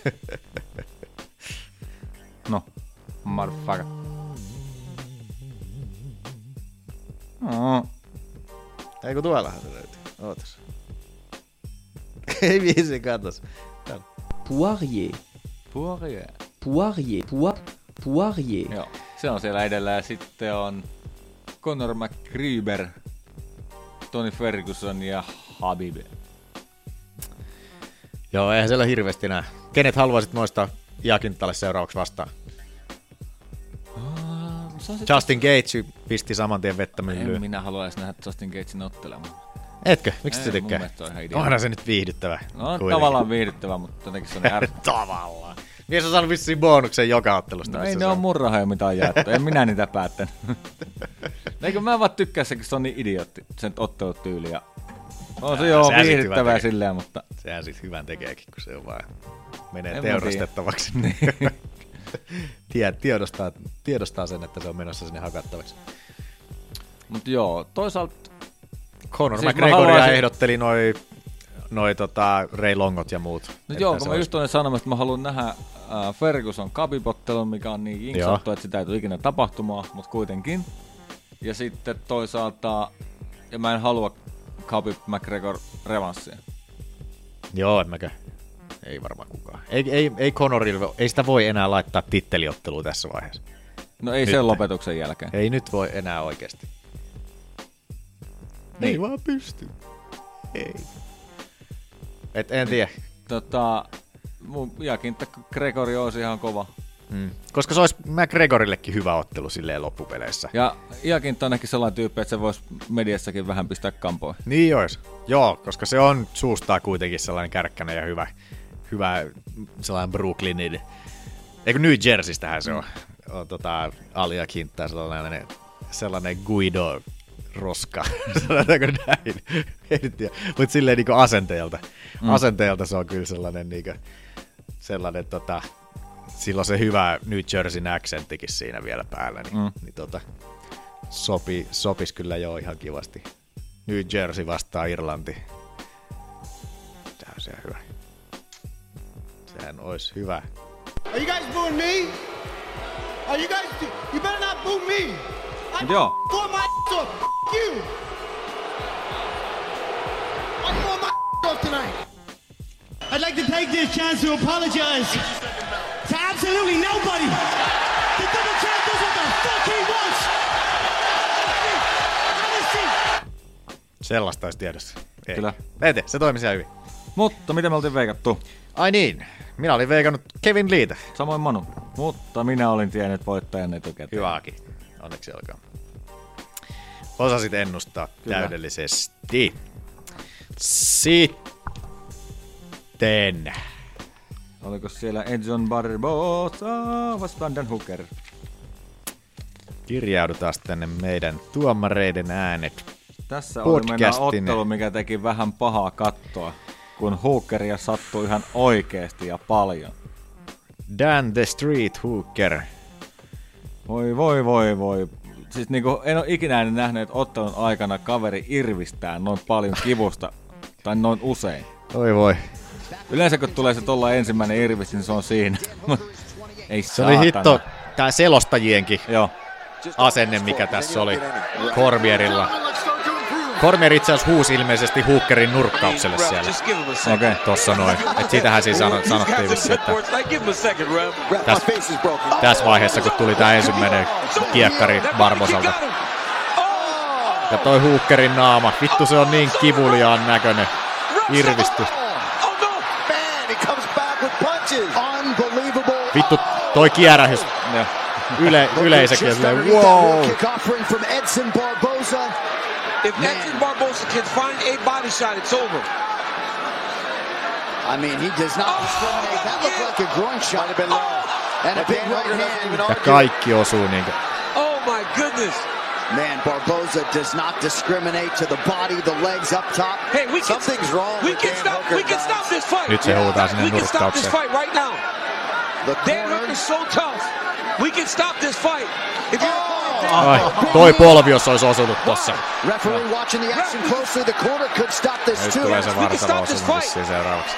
No, motherfucker. Ei kun tuollahan se löytyy. Ootas. Ei viisi katos. Poirier. Joo, se on siellä edellä ja sitten on Conor McGregor, Tony Ferguson ja Habib. Joo, eihän siellä hirveästi nää. Kenet haluaisit noista Iakintalle seuraavaksi vastaan? Justin Gaethje pisti saman tien vettä myllyyn. En minä haluaisi nähdä Justin Gaethjen ottelemaan. Etkö? Miksi se tykkää? Onhan se nyt viihdyttävä. No on tavallaan viihdyttävä, mutta jotenkin se on ärsyttävä. Tavallaan. Mies on saanut vissiin bonuksen joka ottelusta. No ei ne on mun rahoja mitään jaettu. En minä niitä päättänyt. Eikö mä vaan tykkää se, kun se on niin idiootti, sen ottelutyyli. Ja on se joo viihdyttävää silleen, mutta sehän sit hyvän tekeekin, kun se on vaan menee teurastettavaksi. Tiedostaa sen, että se on menossa sinne hakattavaksi. Mut joo, toisaalta Conor siis McGregoria ehdotteli noi Ray Longot ja muut. No joo, kun mä just olin sanomassa, että mä haluan nähdä Ferguson Khabib-ottelun, mikä on niin jinksattu, että sitä ei tule ikinä tapahtumaan, mutta kuitenkin. Ja sitten toisaalta, ja mä en halua Khabib McGregor revanssia. Joo, en mäkään. Ei varmaan kukaan. Ei Conorille, ei sitä voi enää laittaa titteliottelua tässä vaiheessa. No ei nyt. Sen lopetuksen jälkeen. Ei nyt voi enää oikeasti. Niin. Ei vaan pysty. Ei. En tiedä. Mun Iakinta Gregori olisi ihan kova. Koska se olisi McGregorillekin hyvä ottelu silleen loppupeleissä. Ja Iakinta on ehkä sellainen tyyppi, että se voisi mediassakin vähän pistää kampoihin. Niin olisi. Joo, koska se on suustaa kuitenkin sellainen kärkkäinen ja hyvä sellainen Brooklynin. Eikö New Jerseystähän se on Ali Iakinta sellainen Guido roska, sanotaanko näin, mutta silleen niinku asenteelta. Asenteelta se on kyllä sellainen niinku, silloin se hyvä New Jerseyn accenttikin siinä vielä päällä, niin sopisi kyllä jo ihan kivasti. New Jersey vastaa Irlanti. Tää on se hyvä. Sehän olisi hyvä. Are you guys booing me? Are you guys? You better not boo me. Joo. Pour my off. You. I'm pour my off tonight. I'd like to take this chance to apologize to absolutely nobody. The double champ does what the fuck he wants. Sellaista olisi tiedossa. Ei. Kyllä. Ete, se toimi siellä hyvin. Mutta mitä me oltiin veikattu? Ai niin, minä olin veikannut Kevin Leetä. Samoin Manu, mutta minä olin tiennyt voittajan etukäteen. Hyväkin, onneksi olkaa. Osasit ennustaa kyllä täydellisesti. Sitten. Oliko siellä Edson Barbosa vastaan Dan Hooker? Kirjaudutaan tänne meidän tuomareiden äänet. Tässä oli meidän ottelu, mikä teki vähän pahaa kattoa, kun Hookeria sattui ihan oikeesti ja paljon. Dan the Street Hooker. Voi. Siis niinku en ole ikinä nähnyt ottelun aikana kaveri irvistää noin paljon kivusta, tai noin usein. Voi. Yleensä kun tulee se tolla ensimmäinen irvis, niin se on siinä. Ei se oli hitto, tää selostajienkin asenne, mikä tässä oli Cormierilla. Cormier itse asiassa huusi ilmeisesti Hookerin nurkkaukselle siellä. Okei. Tossa noin. Et sitähän siinä sanottiin vissi, että tässä vaiheessa, kun tuli tää ensimmäinen kiekkari Barbosalta. Ja toi Hookerin naama, vittu se on niin kivuliaan näköinen. Irvistys. Vittu toi kierähys. Yleisökin silleen wow. If Edson Barboza can find a body shot, it's over. I mean, he does not discriminate. That looked like a groin shot. Have been low. And a big right hand. Ja kaikki osuu niinkö. Oh my goodness. Man, Barboza does not discriminate to the body, the legs up top. Hey, something's wrong. We can stop this fight. Nyt se huutaa sinne we can stop this nurkkaukseen. fight right now. Dan Hooker's so tough. We can stop this fight. If Ai, toi polvi, jos olisi osunut tossa. Referee watching the action closely. The corner could stop this Nyt too. tulee se vartalo osunut vissiin seuraavaksi.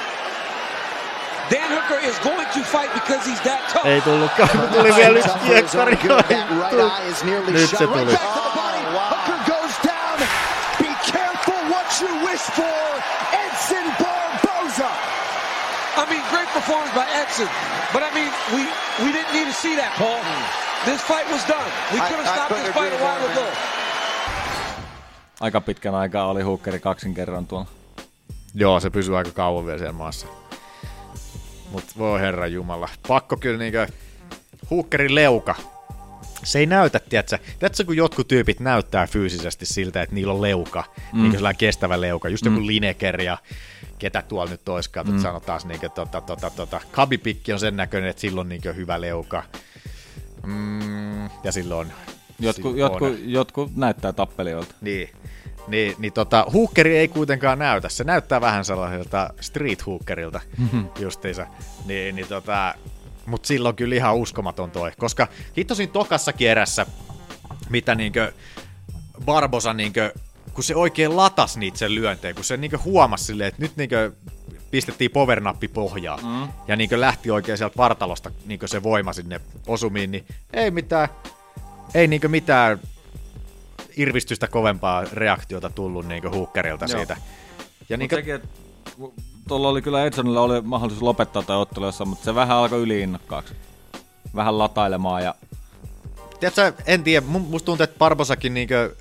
Dan Hooker is going to fight because he's that tough. Ei tullutkaan, tuli vielä yksi kiekkari. Nyt se tuli. Hooker goes down. Be careful what you wish for. Edson Barboza. I mean, great performance by Edson. But I mean, we didn't need to see that, Paul. This fight was done. We could have stopped this fight a while ago. Aika pitkän aikaa oli Hookeri kaksin kerran tuolla. Joo, se pysyy aika kauan vielä siellä maassa. Mut voi herra jumala. Pakko kyllä niinkö Hookerin leuka. Se ei näytä, tiedätkö, kun jotkut tyypit näyttää fyysisesti siltä, että niillä on leuka. Niinkö sellainen kestävä leuka. Just joku Lineker ja ketä tuolla nyt oiskaan, että sanotaan niinkö Khabibikki on sen näköinen, että sillä on niinkö hyvä leuka. Ja silloin Jotkut näyttää tappelijoilta. Niin, Hookeri ei kuitenkaan näytä. Se näyttää vähän sellaiselta street Hookerilta justiinsa. Mutta silloin on kyllä ihan uskomaton toi. Koska hittosin tokassakin erässä, mitä niinkö Barboza niinkö, kun se oikein latas niitä sen lyönteen, kun se niinkö huomasi silleen, että nyt niinkö pistettiin powernappi pohjaan ja niinkö lähti oikein sieltä vartalosta niinkö se voima sinne osumiin, niin ei niinkö mitään irvistystä kovempaa reaktiota tullut niinkö Hookerilta siitä. Ja niinkö tuolla oli kyllä Edsonilla oli mahdollisuus lopettaa tai ottelussa, mutta se vähän alkoi yliinnokkaaksi. Vähän latailemaan ja... Tiedätkö, en tiedä, musta tuntuu, että Barbozakin niinkö...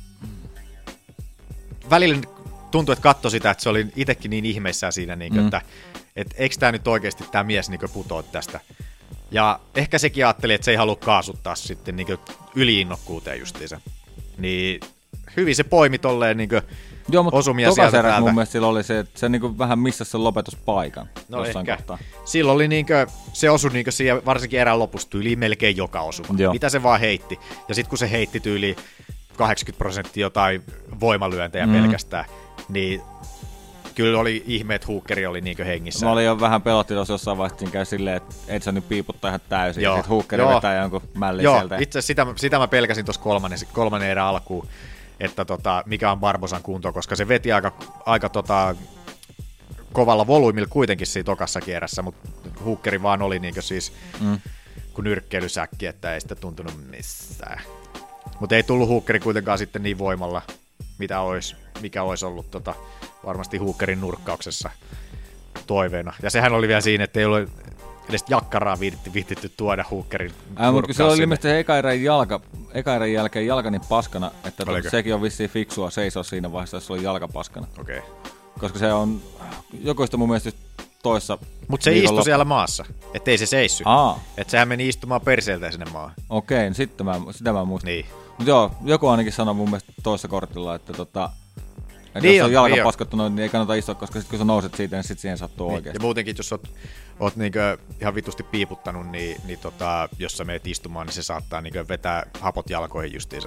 Välillä tuntui, että katsoi sitä, että se oli itsekin niin ihmeissään siinä, niinkö, että eikö tää nyt oikeesti tää mies niinkö putoa tästä. Ja ehkä sekin ajatteli, että se ei halua kaasuttaa sitten niinkö yliinnokkuuteen justiinsa. Niin hyvin se poimi tolleen niinkö osumia sieltä täältä. Mun mielestä sillä oli se, että se niinku vähän missasi sen lopetuspaikan jossain kohtaa. Silloin oli niinkö, se osui niinkö siihen varsinkin erään lopussa tyyliin melkein joka osuma. Joo. Mitä se vaan heitti. Ja sit kun se heitti tyyliin 80% jotain voimalyöntejä pelkästään, niin kyllä oli ihme, että Hookeri oli niinkö hengissä. Mä olin jo vähän pelotti tuossa jossain vaiheessa, käy silleen, että Edson nyt piiputtaa ihan täysin, ja sit Hookeri vetää jonkun mällin sieltä. Itse asiassa sitä mä pelkäsin tuossa kolmannen erän alkuun, että mikä on Barbozan kunto, koska se veti aika kovalla volyymilla kuitenkin siinä tokassa kierrässä, mutta Hookeri vaan oli niinkö siis kuin nyrkkeilysäkki, että ei sitä tuntunut missään. Mutta ei tullut Hookeri kuitenkaan sitten niin voimalla, mikä olisi ollut varmasti Hookerin nurkkauksessa toiveena. Ja sehän oli vielä siinä, että ei ollut edes jakkaraa viittitty tuoda Hookerin nurkkaus. Mutta se oli ilmeisesti eka erän jälkeen jalka niin paskana, että sekin on vissiin fiksua seisoa siinä vaiheessa, jos se oli jalka paskana. Okei. Koska se on jokoista mun mielestä toissa. Mutta se istui siellä maassa, ettei se seissy. Että sehän meni istumaan perseeltä sinne maahan. Okei, niin sitä mä muistan. Niin. Mutta joo, joku ainakin sanoi mun mielestä toissa kortilla, että niin jos on jalka paskattu noin, niin ei kannata istua, koska sit kun sä nouset siitä, niin sit siihen sattuu niin. oikeesti. Ja muutenkin, jos oot niinkö ihan vitusti piiputtanut, niin jos sä meet istumaan, niin se saattaa niinkö vetää hapot jalkoihin justiinsa,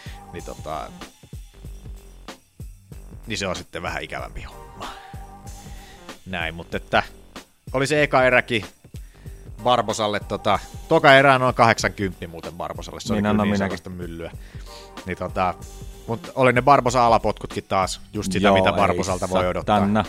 niin se on sitten vähän ikävämpi homma. Näin, mutta että oli se eka eräkin Barbozalle, toka erä noin 80 muuten Barbozalle, se oli kyllä niin sellaista myllyä. Niin mutta oli ne Barboza-alapotkutkin taas just sitä, mitä Barbozalta voi odottaa. Tänä.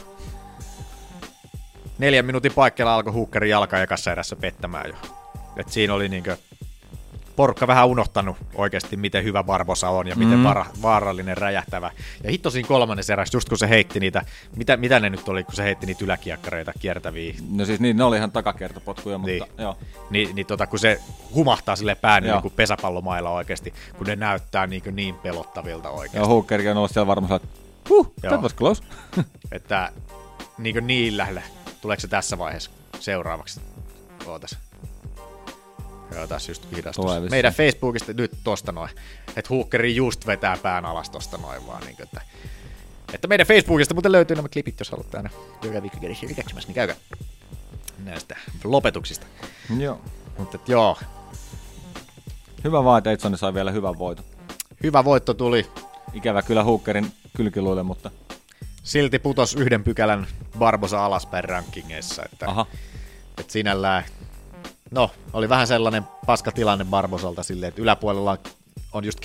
4 minuutin paikkeilla alkoi Hookerin jalka ekassa erässä pettämään jo. Et siinä oli niinkö porukka vähän unohtanut oikeasti, miten hyvä Barbosa on ja miten vaarallinen, räjähtävä. Ja hitto siinä kolmannessa erässä, just kun se heitti niitä, mitä ne nyt oli, kun se heitti niitä yläkiekkareita kiertäviä. No siis niin, ne oli ihan takakiertopotkuja, mutta joo. Niin kun se humahtaa silleen pään niin kuin pesäpallomailla oikeasti, kun ne näyttää niin pelottavilta oikeasti. Joo, Hookerkin on ollut siellä varmaan että that was close. Että niin lähellä. Tuleeko se tässä vaiheessa seuraavaksi? Ootas. Joo, tässä just hidastus. Meidän Facebookista nyt tosta noin. Että Hookeri just vetää pään alas tosta noin vaan. Niin, että meidän Facebookista muuten löytyy nämä klipit, jos haluatte aina joka viikko käydä katsomaan, niin käykää näistä lopetuksista. Joo. Mutta joo. Hyvä vaan, että Edson sai vielä hyvän voiton. Hyvä voitto tuli. Ikävä kyllä Hookerin kylkiluille, mutta silti putos 1 pykälän Barbosa alaspäin rankingeissa. Että sinällään, no, oli vähän sellainen paskatilanne Barbosalta silleen, että yläpuolella on just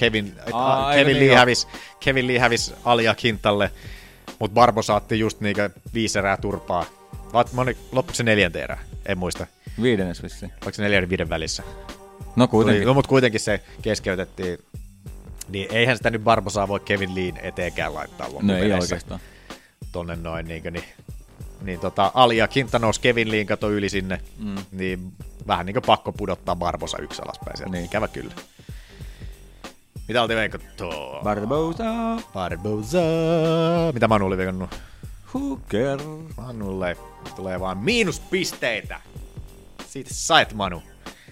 Kevin Lee hävisi Alia Kintalle, mutta Barbosa otti just 5 erää turpaa. Loppuiko se 4. erää? En muista. 5. vissiin. Oliko se 4 ja 5 välissä? No kuitenkin. No, mutta kuitenkin se keskeytettiin. Niin eihän sitä nyt Barbosaa voi Kevin Leen eteenkään laittaa loppupeleissä. No ei oikeastaan. Tonne noin niin Ali ja Kinta nousi Kevin Leen kato yli sinne, niin vähän niin kuin pakko pudottaa Barbosa 1 alaspäin sieltä. Niin. Ikävä kyllä. Mitä oltiin veikattu? Barbosa. Mitä Manu oli veikannut? Hooker. Manulle tulee vaan miinuspisteitä. Siitä sait, Manu.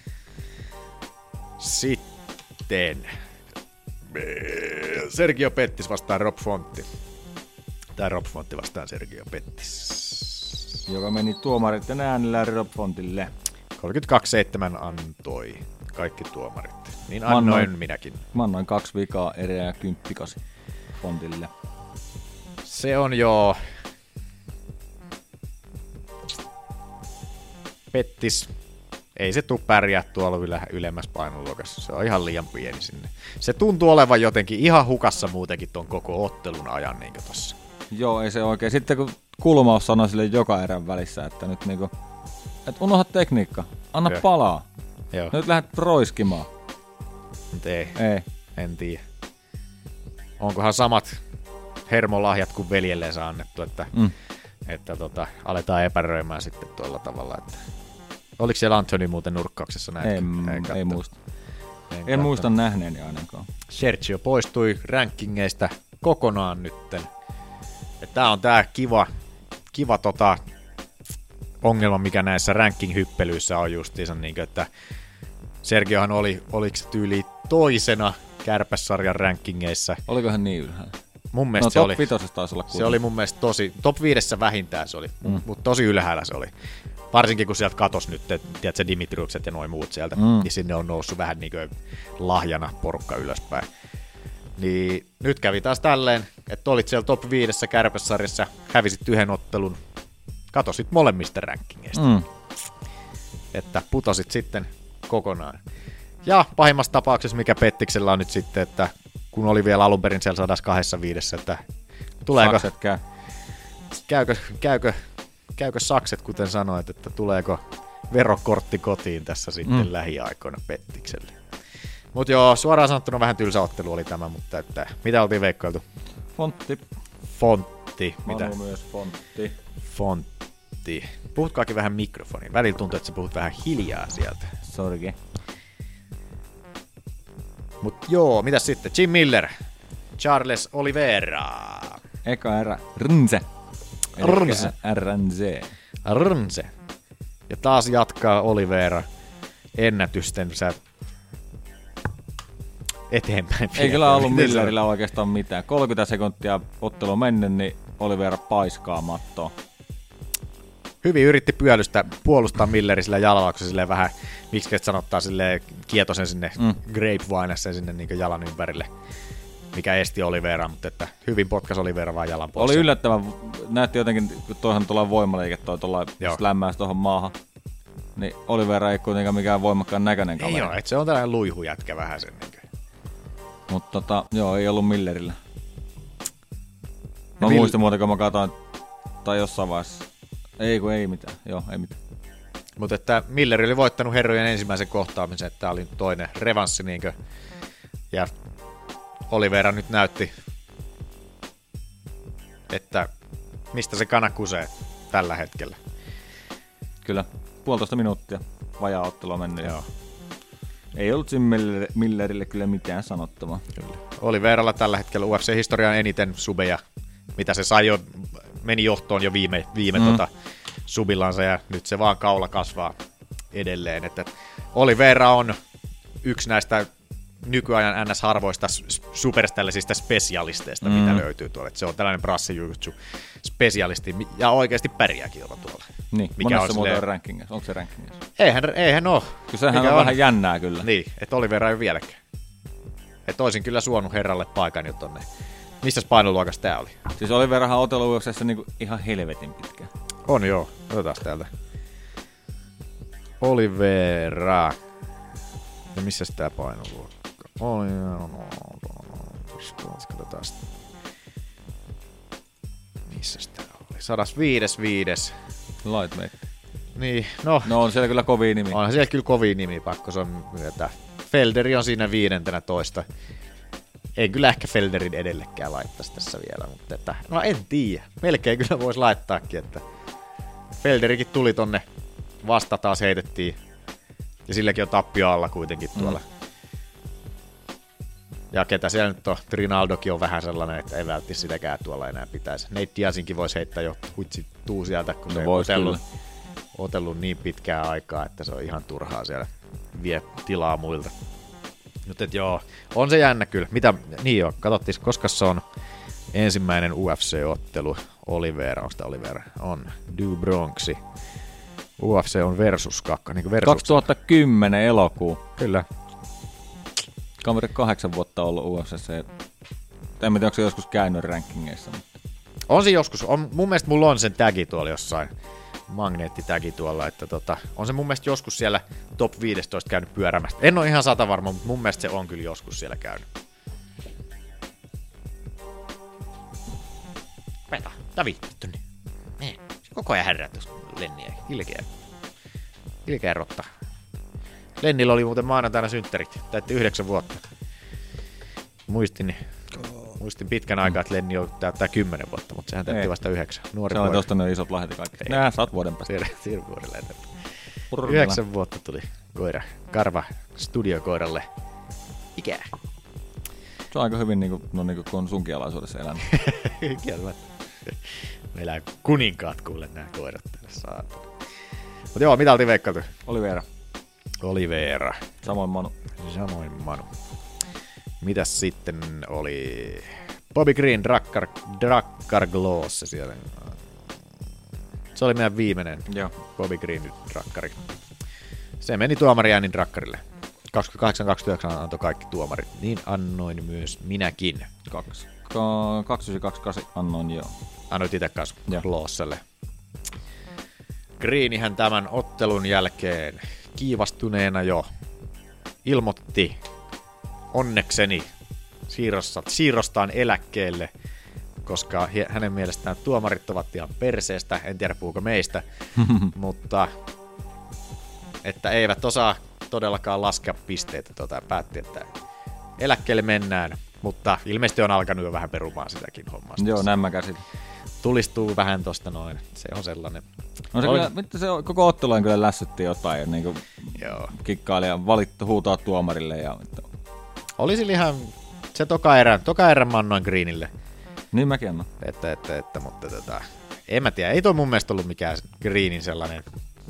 Sitten Sergio Pettis vastaan Rob Fontti. Tai Rob Fontti vastaan Sergio Pettis. Joka meni tuomaritten äänellä Rob Fontille. 32-7 antoi kaikki tuomarit. Niin annoin minäkin. Mä annoin 2 vikaa erää ja 10 Fontille. Se on jo Pettis. Ei se tuu pärjää tuolla ylemmässä painoluokassa. Se on ihan liian pieni sinne. Se tuntuu olevan jotenkin ihan hukassa muutenkin ton koko ottelun ajan niin kuin tossa. Joo, ei se oikein. Sitten kun Kulmaus sanoi sille joka erän välissä, että nyt niinku, että unohda tekniikka, anna palaa. Joo. Nyt lähdet roiskimaan. Mut ei. En tiedä. Onkohan samat hermolahjat kuin veljelleensä annettu, että aletaan epäröimään sitten tuolla tavalla, että oliko siellä Anthony muuten nurkkauksessa näin? Ei muista. En muista nähneeni ainakaan. Sergio poistui rankingeista kokonaan nytten. Tää on tää kiva ongelma, mikä näissä ranking-hyppelyissä on justiinsa, niin että Sergiohan oliko se tyyli toisena Kärpässarjan rankingeissa. Olikohan niin ylhäällä? Mun mielestä se oli. Top 5 taisi olla kuitenkin. Se oli mun mielestä top 5 vähintään se oli, mutta tosi ylhäällä se oli. Varsinkin kun sieltä katosi nyt, tiedätkö, Dimitriukset ja noin muut sieltä, niin sinne on noussut vähän niin kuin lahjana porukka ylöspäin. Niin nyt kävi taas tälleen, että olit siellä top 5 Kärpässarjassa, hävisit 1 ottelun, katosit molemmista rankingeista. Että putosit sitten kokonaan. Ja pahimmassa tapauksessa, mikä Pettiksellä on nyt sitten, että kun oli vielä alun perin siellä 125, että tuleeko... Sakset Käykö sakset, kuten sanoit, että tuleeko verokortti kotiin tässä sitten lähiaikoina Pettikselle. Mutta joo, suoraan sanottuna vähän tylsä ottelu oli tämä, mutta että, mitä oltiin veikkailtu? Fontti. Mitä? Manu myös Fontti. Puhutkoakin vähän mikrofoniin. Välillä tuntuu, että sä puhut vähän hiljaa sieltä. Sorgi. Mut joo, mitäs sitten? Jim Miller, Charles Oliveira. Eka erä, RNZ. Ja taas jatkaa Oliveira ennätystensä eteenpäin. Ei kyllä ollut Millerillä oikeastaan mitään. 30 sekuntia ottelu mennyt, niin Oliveira paiskaa mattoa. Hyvin yritti puolustaa Milleri sillä jalvauksessa silleen vähän, miksi sanottaa silleen kietosen sinne grapevinessa sinne niin jalan ympärille, mikä esti Oliveira, mutta että hyvin potkas Oliveira vaan jalan pois. Oli yllättävän, näytti jotenkin, kun toihan tuolla voimaliike tuolla lämmäisi tuohon maahan, niin Oliveira ei kuitenkaan mikään voimakkaan näköinen kaveri. Ei ole, että se on tällainen luihujätkä vähän sen. Mutta joo, ei ollut Millerillä. Mä muistin muuten, kun mä katsoin, tai jossain vaiheessa. Ei mitään. Joo, ei mitään. Mutta että Miller oli voittanut herrojen ensimmäisen kohtaamisen, että tämä oli toinen revanssi niinkö. Ja Oliveira nyt näytti, että mistä se kana kusee tällä hetkellä. Kyllä, 1,5 minuuttia vajaa ottelua mennyt. Joo. Ei ollut siinä Millerille kyllä mitään sanottavaa. Kyllä. Oliveiralla tällä hetkellä UFC-historian eniten subeja, mitä se sai jo, meni johtoon jo viime subillansa, ja nyt se vaan kaula kasvaa edelleen. Että Oliveira on yksi näistä nykyajan NS-harvoista superställisistä spesialisteista, mitä löytyy tuolla. Että se on tällainen brassijutsu spesialisti, ja oikeasti pärjääkin olla tuolla. Niin, monessa muuten on rankingissa. Onko se rankingissa? Eihän ole. Kyllä sehän on vähän jännää kyllä. Niin, että Oliveira ei ole vieläkään. Että olisin kyllä suonut herralle paikan jo tonne. Missäs painoluokassa tää oli? Siis Oliveirahan on otellut UFC:ssä niinku ihan helvetin pitkään. On joo, otetaan täältä. Oliveira. Ja missäs tää painoluokka? Katsotaan sitä. Missäs tää oli? 105. Lightweight. Niin, no. No on siellä kyllä kovia nimi. Onhan siellä kyllä kovia nimi, pakko se on myötä. Felderi on siinä 15. Ei kyllä ehkä Felderin edellekään laittaisi tässä vielä, mutta että, no en tiedä. Melkein kyllä voisi laittaakin, että Felderikin tuli tonne vasta taas heitettiin. Ja silläkin on tappio alla kuitenkin tuolla. Ja ketä siellä nyt on, Trinaldokin on vähän sellainen, että ei välttämättä sitäkään tuolla enää pitäisi. Nate Diazinkin voisi heittää jo huitsittuu sieltä, kun se on otellut niin pitkää aikaa, että se on ihan turhaa siellä. Vie tilaa muilta. Mutta joo, on se jännä kyllä. Niin joo, katsottiin, koska se on ensimmäinen UFC-ottelu. Oliveira, onko sitä Oliveira? On. Du Bronxi. UFC on versus 2. Niin 2010 elokuu. Kyllä. Kaveri 8 vuotta ollut UFC:ssä. En tiedä, onko se joskus käynyt rankingeissa. Mutta... On se joskus. Mun mielestä mulla on sen tagi tuolla jossain. Magneettitagi tuolla. Että on se mun mielestä joskus siellä top 15 käynyt pyörämästä. En ole ihan 100 varma, mutta mun mielestä se on kyllä joskus siellä käynyt. Peta. David. Se koko ajan härrää tuossa Lenniä. Ilkeä rotta. Lennillä oli muuten maanantaina synttärit. Täytti 9 vuotta. Muistin pitkän aikaa, että Lenni täyttää 10 vuotta, mutta sehän täytti vasta 9. Nuori se oli tosta noin isot lahjat kaikki. Nää, sä oot vuoden päästä. Siirry vuodelle eteenpäin. 9 vuotta tuli koira. Karva studiokoiralle ikää. Se on aika hyvin niin kuin on sunkin alaisuudessa elänyt. Kieltämättä. Meillä on kuninkaat kuule nämä koirat tänne saatana. Mutta joo, mitä oltiin veikkailtu? Oliveira. Samoin Manu. Mitäs sitten oli? Bobby Green, Drakkar Gloss siellä. Se oli meidän viimeinen Bobby Green Drakkari. Se meni tuomariäänin Drakkarille. 28-29 antoi kaikki tuomarit. Niin annoin myös minäkin. 2928 annoin joo. Annoit itse kanssa Glosselle. Greenihän tämän ottelun jälkeen kiivastuneena jo ilmoitti onnekseni siirrostaan eläkkeelle, koska hänen mielestään tuomarit ovat ihan perseestä, en tiedä puhuuko meistä, mutta että eivät osaa todellakaan laskea pisteitä, päätti, että eläkkeelle mennään, mutta ilmeisesti on alkanut jo vähän perumaan sitäkin hommasta. Joo, näin mä käsin. Tulistuu vähän tosta noin, se on sellainen. No se kyllä, se koko otteluun kyllä lässytti jotain, niin kuin kikkaili ja valittu huutaa tuomarille. Oli sillä ihan se toka erän mä annoin Greenille. Niin mäkin annoin. Mutta en mä tiedä, ei toi mun mielestä ollut mikään Greenin sellainen,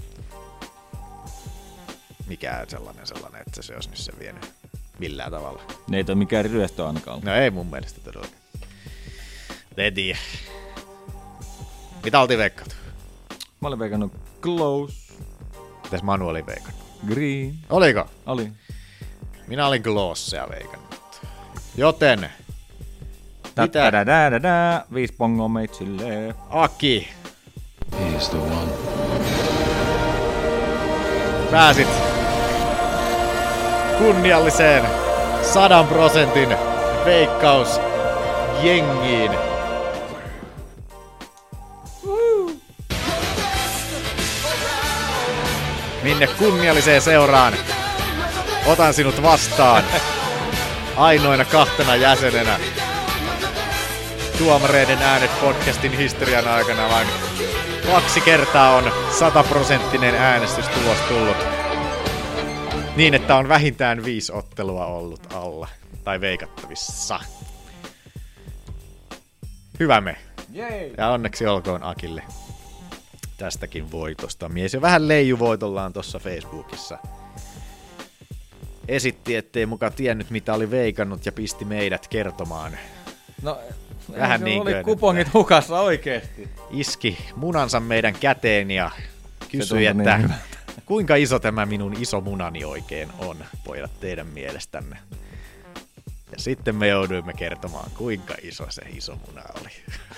että se olisi nyt se vienyt millään tavalla. Ne ei toi mikään ryöstö ainakaan. No ei mun mielestä todellakaan. En tiedä. Mitä oltiin veikkailtu? Mä olin veikannut Close. Mitäs Manu oli veikannut? Green. Oliko? Oli. Minä olin Glossea veikannut. Joten... 5 pongoa meitsille. Aki. He's the one. Pääsit kunnialliseen 100% veikkaus jengiin. minne kunnialliseen seuraan otan sinut vastaan ainoina 2 jäsenenä. Tuomareiden äänet podcastin historian aikana vain 2 kertaa on 100% äänestystulos tullut. Niin, että on vähintään 5 ottelua ollut alla tai veikattavissa. Hyvä me. Jei. Ja onneksi olkoon Akille tästäkin voitosta. Mies jo vähän leijuvoitollaan tuossa Facebookissa. Esitti, ettei muka tiennyt mitä oli veikannut ja pisti meidät kertomaan. No, vähän niin oli kupongit hukassa oikeesti. Iski munansa meidän käteen ja kysyi, että niin kuinka iso tämä minun iso munani oikein on, pojat, teidän mielestänne. Ja sitten me jouduimme kertomaan, kuinka iso se iso muna oli.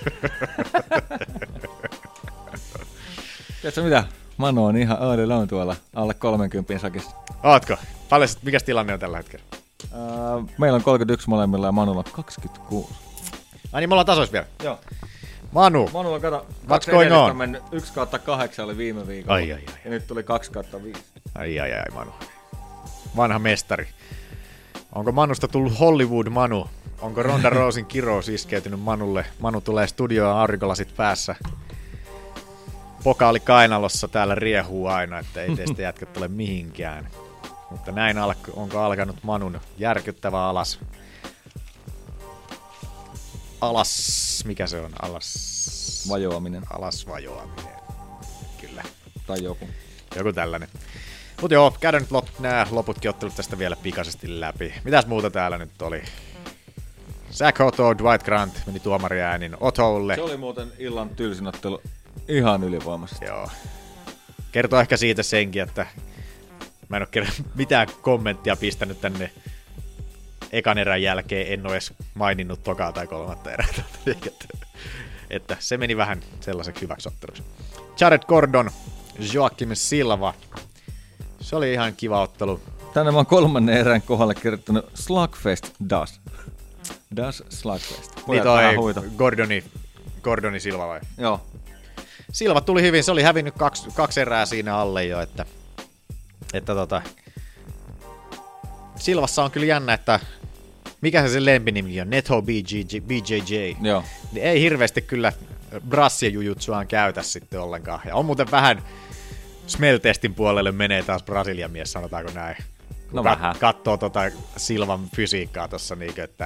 Tiedätkö mitä? Manu on ihan on tuolla alle 30 sakissa. Ootko? Mikäs tilanne on tällä hetkellä? Meillä on 31 molemmilla ja Manulla on 26. Ai niin, me ollaan tasois vielä. Joo. Manulla on kato, what's going on? 1/8 oli viime viikolla. Ai. Ja nyt tuli 2/5. Ai, Manu. Vanha mestari. Onko Manusta tullut Hollywood Manu? Onko Ronda Rousin kirous iskeytynyt Manulle? Manu tulee studioon aurinkolasit päässä. Pokaali kainalossa täällä riehuu aina, että ei teistä jätkät tule mihinkään. Mutta näin onko alkanut Manun järkyttävä mikä se on? Vajoaminen. Alas vajoaminen. Kyllä. Tai joku. Joku tällainen. Mut joo, käydään nyt nämä loputkin ottelut tästä vielä pikaisesti läpi. Mitäs muuta täällä nyt oli? Zach Otto, Dwight Grant meni tuomariäänin Otolle. Se oli muuten illan tylsin ottelu ihan ylivoimaisesti. Joo. Kertoo ehkä siitä senkin, että mä en ole mitään kommenttia pistänyt tänne ekan erän jälkeen. En ole edes maininnut tokaa tai 3. erää. Että se meni vähän sellaiseksi hyväksi otteluksi. Jared Gordon, Joakim Silva. Se oli ihan kiva ottelu. Tänne mä oon 3. erän kohdalle kirjoittanut Slugfest Das. Das Slugfest. Niin toi Gordoni Silva vai? Joo. Silva tuli hyvin, se oli hävinnyt 2 erää siinä alle jo, että Silvassa on kyllä jännä, että mikä se lempinimi on, Neto BJJ. Joo. Niin ei hirveästi kyllä brassien jujutsuaan käytä sitten ollenkaan. Ja on muuten vähän Smeltestin puolelle menee taas Brasilian mies, sanotaanko näin. No vähän. Kattoo Silvan fysiikkaa tossa niinkö, että